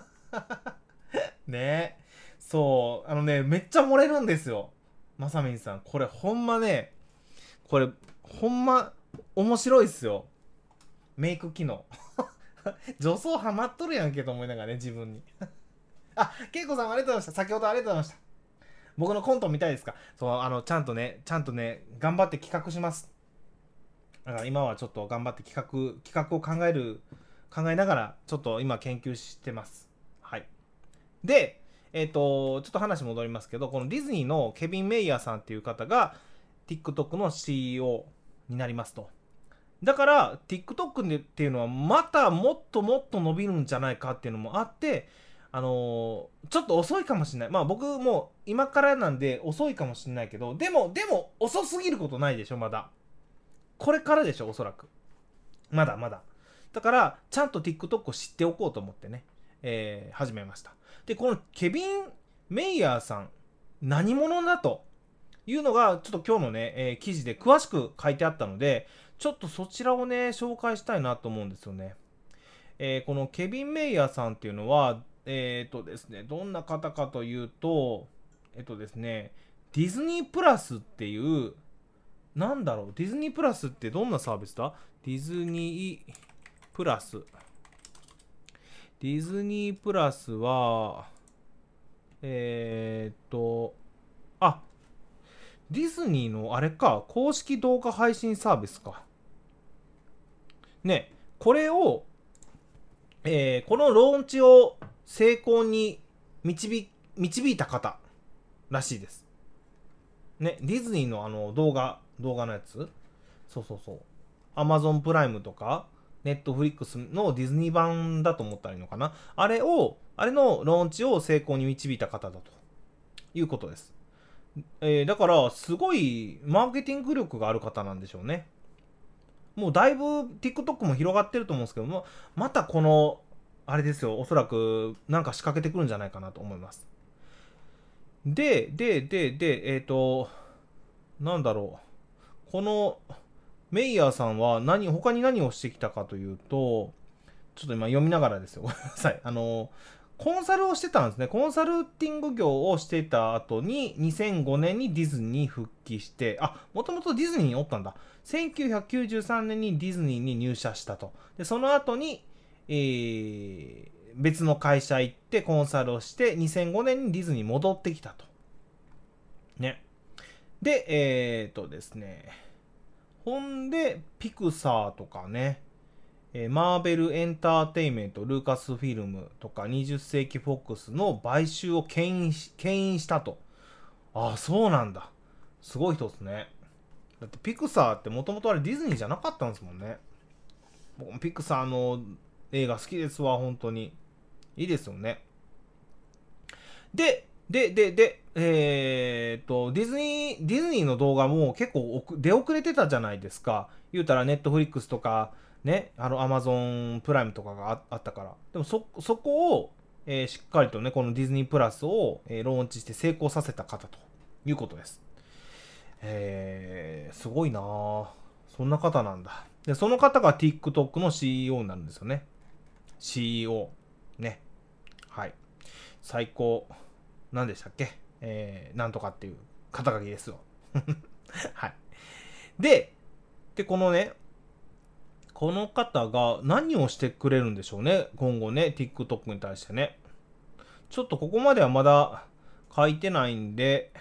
Speaker 1: ねえ。そう、あのね、めっちゃ漏れるんですよ。まさみんさん。これほんまね、これ、ほんま、面白いっすよ。メイク機能。女装ハマっとるやんけと思いながらね、自分に。あ、けいこさんありがとうございました。先ほどありがとうございました。僕のコント見たいですか？そう、あの、ちゃんとね、ちゃんとね、頑張って企画します。だから今はちょっと頑張って企画、企画を考える、考えながら、ちょっと今研究してます。はい。で、えっ、と、ちょっと話戻りますけど、このディズニーのケビン・メイヤーさんっていう方が、TikTok の シーイーオー になりますと。だから、TikTok っていうのは、またもっともっと伸びるんじゃないかっていうのもあって、あのーちょっと遅いかもしれない。まあ僕も今からなんで遅いかもしれないけど、でも、でも遅すぎることないでしょ、まだ。これからでしょ、おそらく。まだまだ。だから、ちゃんと TikTok を知っておこうと思ってね、えー始めました。で、このケビン・メイヤーさん、何者だというのが、ちょっと今日のね、えー記事で詳しく書いてあったので、ちょっとそちらをね、紹介したいなと思うんですよね。えーこのケビン・メイヤーさんっていうのは、えっ、とですね、どんな方かというと、えっとですね、ディズニープラスっていう、なんだろう、ディズニープラスってどんなサービスだ？ディズニープラス。ディズニープラスは、えーっと、あ、ディズニーのあれか、公式動画配信サービスか。ね、これを、えーこのローンチを成功に導導いた方らしいです。ね、ディズニーのあの動画、動画のやつそうそうそう。Amazon プライムとか、Netflix のディズニー版だと思ったらいいのかな。あれを、あれのローンチを成功に導いた方だということです。えーだから、すごいマーケティング力がある方なんでしょうね。もうだいぶ TikTok も広がってると思うんですけども、またこの、あれですよ、おそらくなんか仕掛けてくるんじゃないかなと思います。で、で、で、で、えっ、と、なんだろう。このメイヤーさんは何、他に何をしてきたかというと、ちょっと今読みながらですよ。ごめんなさい。あの、コンサルをしてたんですね。コンサルティング業をしていた後に、にせんごねんにディズニーに復帰して、あ、もともとディズニーにおったんだ。せんきゅうひゃくきゅうじゅうさんねんにディズニーに入社したと。で、その後に、えー、別の会社行ってコンサルをして、にせんごねんにディズニーに戻ってきたと。ね。で、えーっとですね。ほんで、ピクサーとかね、えーマーベルエンターテインメント、ルーカスフィルムとかにじゅっ世紀フォックスの買収を牽引し、牽引したと。ああ、そうなんだ。すごい人ですね。だってピクサーってもともとあれディズニーじゃなかったんですもんね。僕もピクサーの映画好きですわ、本当に。いいですよね。で、で、で、で、えーっと、ディズニー、ディズニーの動画も結構出遅れてたじゃないですか。言うたら、ネットフリックスとか、ね、あの、アマゾンプライムとかが あ, あったから。でもそ、そこを、えーしっかりとね、このディズニープラスを、えーローンチして成功させた方ということです。えー、すごいなぁ。そんな方なんだ。で、その方が TikTok の シーイーオー になるんですよね。シーイーオー。ね。はい。最高。何でしたっけえー、なんとかっていう肩書きですよ。はい。で、で、このね、この方が何をしてくれるんでしょうね。今後ね、TikTok に対してね。ちょっとここまではまだ書いてないんで、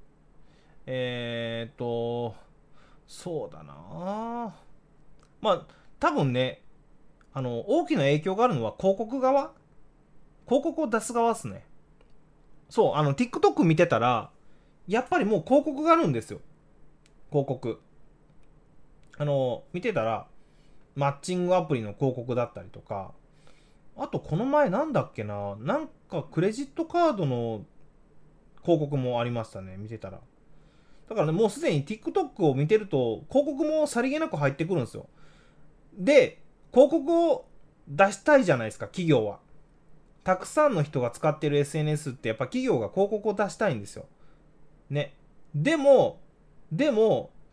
Speaker 1: えーっと、そうだなまあ、多分ね、あの、大きな影響があるのは広告側広告を出す側っすね。そう、あの、TikTok 見てたら、やっぱりもう広告があるんですよ。広告。あの、見てたら、マッチングアプリの広告だったりとか、あとこの前なんだっけな、なんかクレジットカードの広告もありましたね、見てたら。だからね、もうすでに TikTok を見てると、広告もさりげなく入ってくるんですよ。で、広告を出したいじゃないですか、企業は。たくさんの人が使ってる エスエヌエス ってやっぱ企業が広告を出したいんですよ。ね。でも、でも、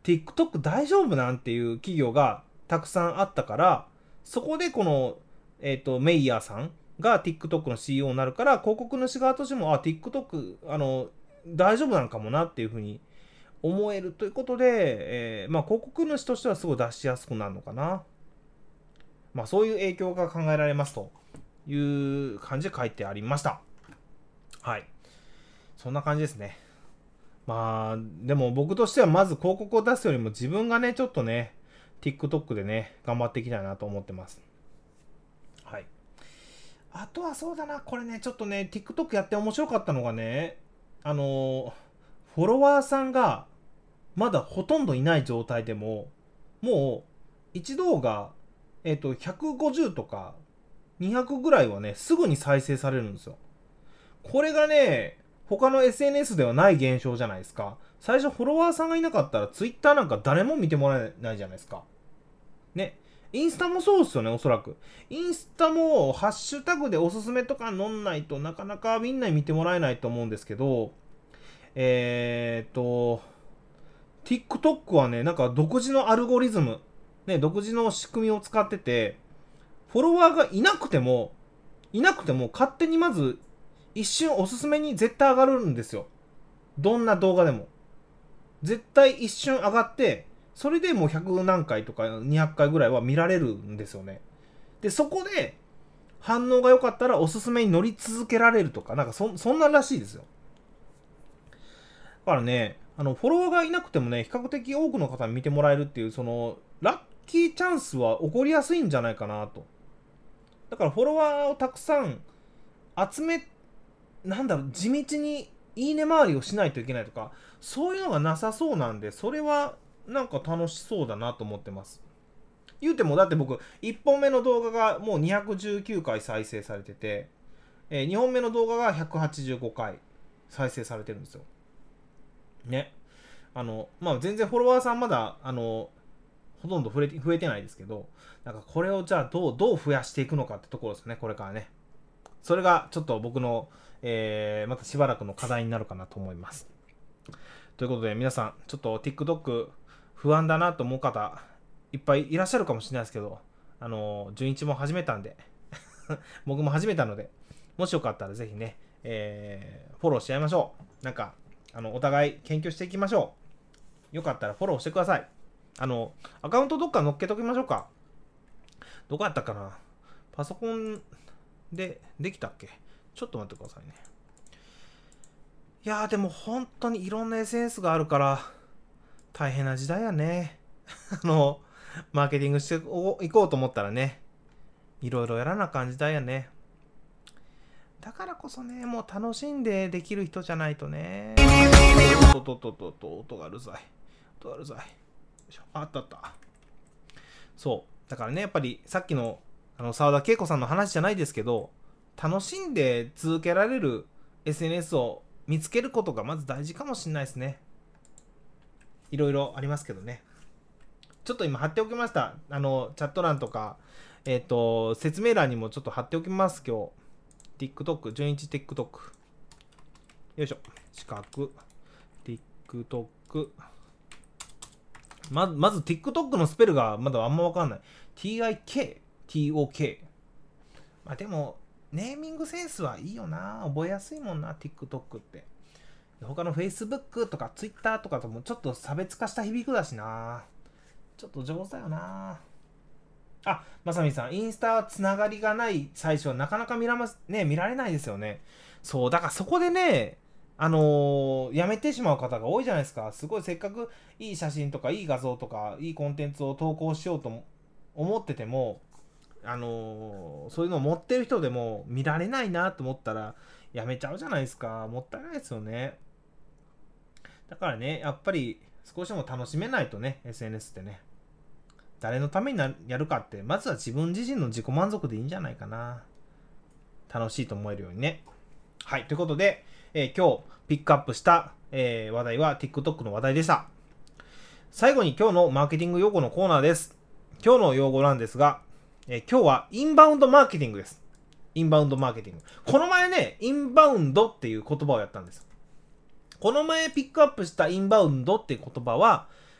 Speaker 1: TikTok 大丈夫なんていう企業がたくさんあったから、そこでこの、えっと、メイヤーさんが TikTok の シーイーオー になるから、広告主側としても、あ、TikTok、あの、大丈夫なんかもなっていうふうに思えるということで、えー、まあ、広告主としてはすごい出しやすくなるのかな。まあ、そういう影響が考えられますという感じで書いてありました。はい。そんな感じですね。まあ、でも僕としてはまず広告を出すよりも自分がね、ちょっとね、TikTok でね、頑張っていきたいなと思ってます。はい。あとはそうだな、これね、ちょっとね、TikTok やって面白かったのがね、あの、フォロワーさんがまだほとんどいない状態でも、もう一動画、えっと、ひゃくごじゅうとかにひゃくぐらいはね、すぐに再生されるんですよ。これがね、他の エスエヌエス ではない現象じゃないですか。最初フォロワーさんがいなかったら Twitter なんか誰も見てもらえないじゃないですか。ね。インスタもそうですよね、おそらく。インスタもハッシュタグでおすすめとか載んないとなかなかみんなに見てもらえないと思うんですけど、えーっと、TikTok はね、なんか独自のアルゴリズム、ね、独自の仕組みを使ってて、フォロワーがいなくても、いなくても勝手にまず一瞬おすすめに絶対上がるんですよ。どんな動画でも。絶対一瞬上がって、それでもうひゃく何回とかにひゃくかいぐらいは見られるんですよね。で、そこで反応が良かったらおすすめに乗り続けられるとか、なんか そ, そんならしいですよ。だからね、あの、フォロワーがいなくてもね、比較的多くの方に見てもらえるっていう、その、ラッキーチャンスは起こりやすいんじゃないかなと。だからフォロワーをたくさん集め、なんだろう、地道にいいね回りをしないといけないとか、そういうのがなさそうなんで、それはなんか楽しそうだなと思ってます。言うても、だって僕、いっぽんめの動画がもうにひゃくじゅうきゅうかい再生されてて、えー、にほんめの動画がひゃくはちじゅうごかい再生されてるんですよ。ね。あの、まあ、全然フォロワーさんまだ、あの、ほとんど増えて、増えてないですけど、なんかこれをじゃあどう、どう増やしていくのかってところですね、これからね。それがちょっと僕の、えー、またしばらくの課題になるかなと思います。ということで皆さん、ちょっと TikTok 不安だなと思う方、いっぱいいらっしゃるかもしれないですけど、あの、じゅんいちも始めたんで、僕も始めたので、もしよかったらぜひね、えー、フォローしちゃいましょう。なんか、あの、お互い研究していきましょう。よかったらフォローしてください。あの、アカウントどっか載っけときましょうか。どこやったかな。パソコンでできたっけ？ちょっと待ってくださいね。いやーでも本当にいろんな エスエヌエス があるから大変な時代やね。あの、マーケティングしていこうと思ったらね、いろいろやらなあかん時代やね。だからこそね、もう楽しんでできる人じゃないとね。ととととと、音がうるさい。音がうるさい。よいしょ。あったあった。そう。だからね、やっぱりさっきのあの沢田恵子さんの話じゃないですけど、楽しんで続けられる エスエヌエス を見つけることがまず大事かもしれないですね。いろいろありますけどね。ちょっと今貼っておきました。あの、チャット欄とか、えっと、説明欄にもちょっと貼っておきます、今日。TikTok、じゅんいち TikTok。よいしょ。四角。TikTok。ま、まず TikTok のスペルがまだあんまわかんない。ティーアイケー、ティーオーケー。まあでも、ネーミングセンスはいいよな。覚えやすいもんな、TikTok って。他の Facebook とか Twitter とかともちょっと差別化した響くだしな。ちょっと上手だよな。あ、まさみさん、インスタはつながりがない最初はなかなか見らます、ね、見られないですよね。そう、だからそこでね、あのー、やめてしまう方が多いじゃないですか。すごいせっかくいい写真とかいい画像とかいいコンテンツを投稿しようと思ってても、あのー、そういうのを持ってる人でも見られないなと思ったらやめちゃうじゃないですか。もったいないですよね。だからね、やっぱり少しでも楽しめないとね、エスエヌエス ってね。誰のためになやるかって、まずは自分自身の自己満足でいいんじゃないかな。楽しいと思えるようにね。はい、ということで、えー、今日ピックアップした、えー、話題は TikTok の話題でした。最後に今日のマーケティング用語のコーナーです。今日の用語なんですが、えー、今日はインバウンドマーケティングです。インバウンドマーケティング。この前ね、インバウンドっていう言葉をやったんです。この前ピックアップしたインバウンドっていう言葉は、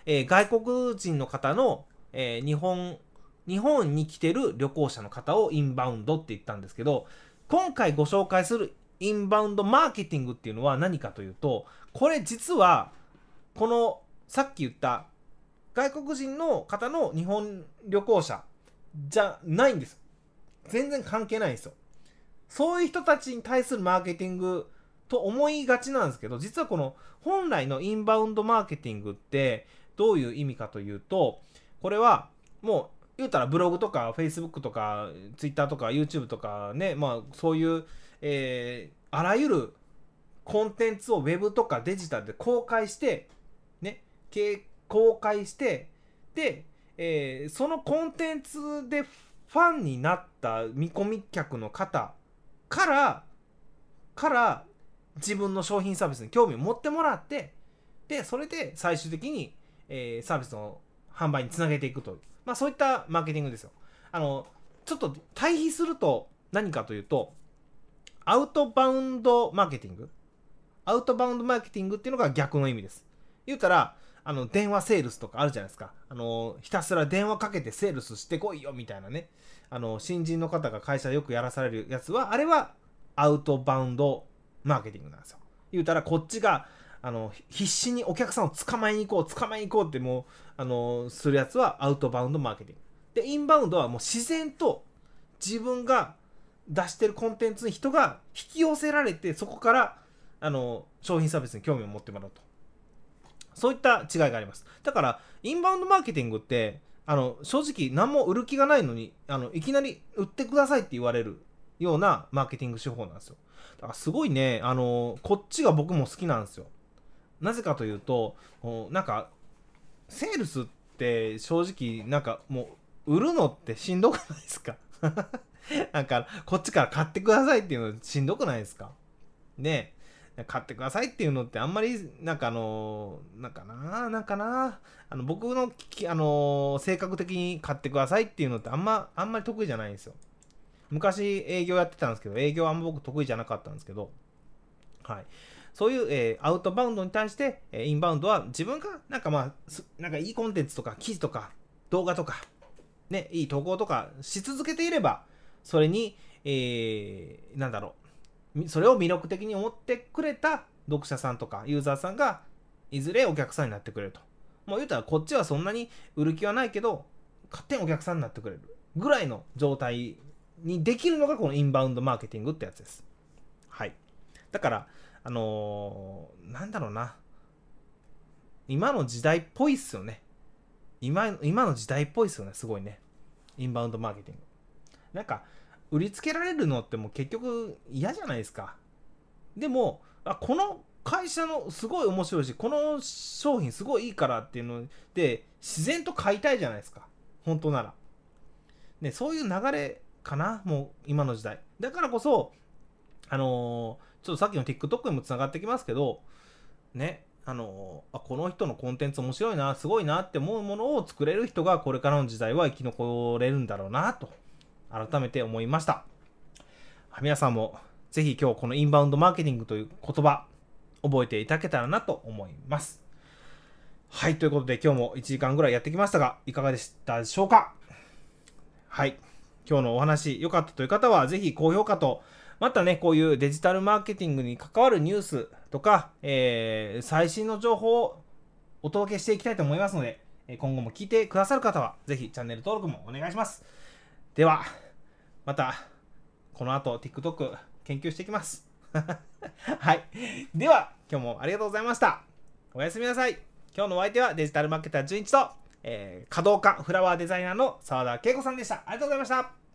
Speaker 1: えー、外国人の方の、えー、日本、日本に来てる旅行者の方をインバウンドって言ったんですけど、今回ご紹介するインバウンドマーケティングっていうのは何かというと、これ実は、このさっき言った外国人の方の日本旅行者じゃないんです。全然関係ないんですよ。そういう人たちに対するマーケティングと思いがちなんですけど、実はこの本来のインバウンドマーケティングってどういう意味かというと、これはもう言うたらブログとか Facebook とか Twitter とか YouTube とかね、まあそういう、えー、あらゆるコンテンツを Web とかデジタルで公開してね、公開してで、えー、そのコンテンツでファンになった見込み客の方からから自分の商品サービスに興味を持ってもらって、でそれで最終的に、えー、サービスの販売につなげていくという、まあそういったマーケティングですよ。あのちょっと対比すると何かというと、アウトバウンドマーケティングアウトバウンドマーケティングっていうのが逆の意味です。言うたらあの電話セールスとかあるじゃないですか。あのひたすら電話かけてセールスしてこいよみたいなね、あの新人の方が会社でよくやらされるやつは、あれはアウトバウンドマーケティングなんですよ。言うたらこっちがあの必死にお客さんを捕まえに行こう捕まえに行こうってもうあのするやつはアウトバウンドマーケティングで、インバウンドはもう自然と自分が出してるコンテンツに人が引き寄せられて、そこからあの商品サービスに興味を持ってもらうと、そういった違いがあります。だからインバウンドマーケティングってあの正直何も売る気がないのにあのいきなり売ってくださいって言われるようなマーケティング手法なんですよ。だからすごいね、あのこっちが僕も好きなんですよ。なぜかというと、なんかセールスって正直なんかもう売るのってしんどくないですかなんかこっちから買ってくださいっていうのしんどくないですかね。買ってくださいっていうのってあんまりなんかあのなんかななんかなあの僕のあの性格的に買ってくださいっていうのってあんまあんまり得意じゃないんですよ。昔営業やってたんですけど、営業はあんま僕得意じゃなかったんですけど、はい、そういう、えー、アウトバウンドに対して、えー、インバウンドは自分がなんかまあなんかいいコンテンツとか記事とか動画とかね、いい投稿とかし続けていれば、それに、えー、なんだろう、それを魅力的に思ってくれた読者さんとかユーザーさんがいずれお客さんになってくれると。もう言うたらこっちはそんなに売る気はないけど勝手にお客さんになってくれるぐらいの状態にできるのがこのインバウンドマーケティングってやつです。はい。だからあのー、なんだろうな、今の時代っぽいっすよね。今今の時代っぽいっすよね。すごいね。インバウンドマーケティング。なんか売りつけられるのってもう結局嫌じゃないですか。でもあこの会社のすごい面白いし、この商品すごいいいからっていうので自然と買いたいじゃないですか。本当なら。ね、そういう流れかな、もう今の時代。だからこそ、あのー、ちょっとさっきの TikTok にもつながってきますけど、ね、あのー、あこの人のコンテンツ面白いな、すごいなって思うものを作れる人がこれからの時代は生き残れるんだろうなと改めて思いました。皆さんもぜひ今日このインバウンドマーケティングという言葉覚えていただけたらなと思います。はい、ということで今日もいちじかんぐらいやってきましたがいかがでしたでしょうか。はい、今日のお話良かったという方はぜひ高評価と、またねこういうデジタルマーケティングに関わるニュースとか、えー、最新の情報をお届けしていきたいと思いますので、今後も聞いてくださる方はぜひチャンネル登録もお願いします。ではまたこの後 TikTok 研究していきますはい、では今日もありがとうございました。おやすみなさい。今日のお相手はデジタルマーケターじゅんいちと、えー、華道家フラワーデザイナーの澤田恵子さんでした。ありがとうございました。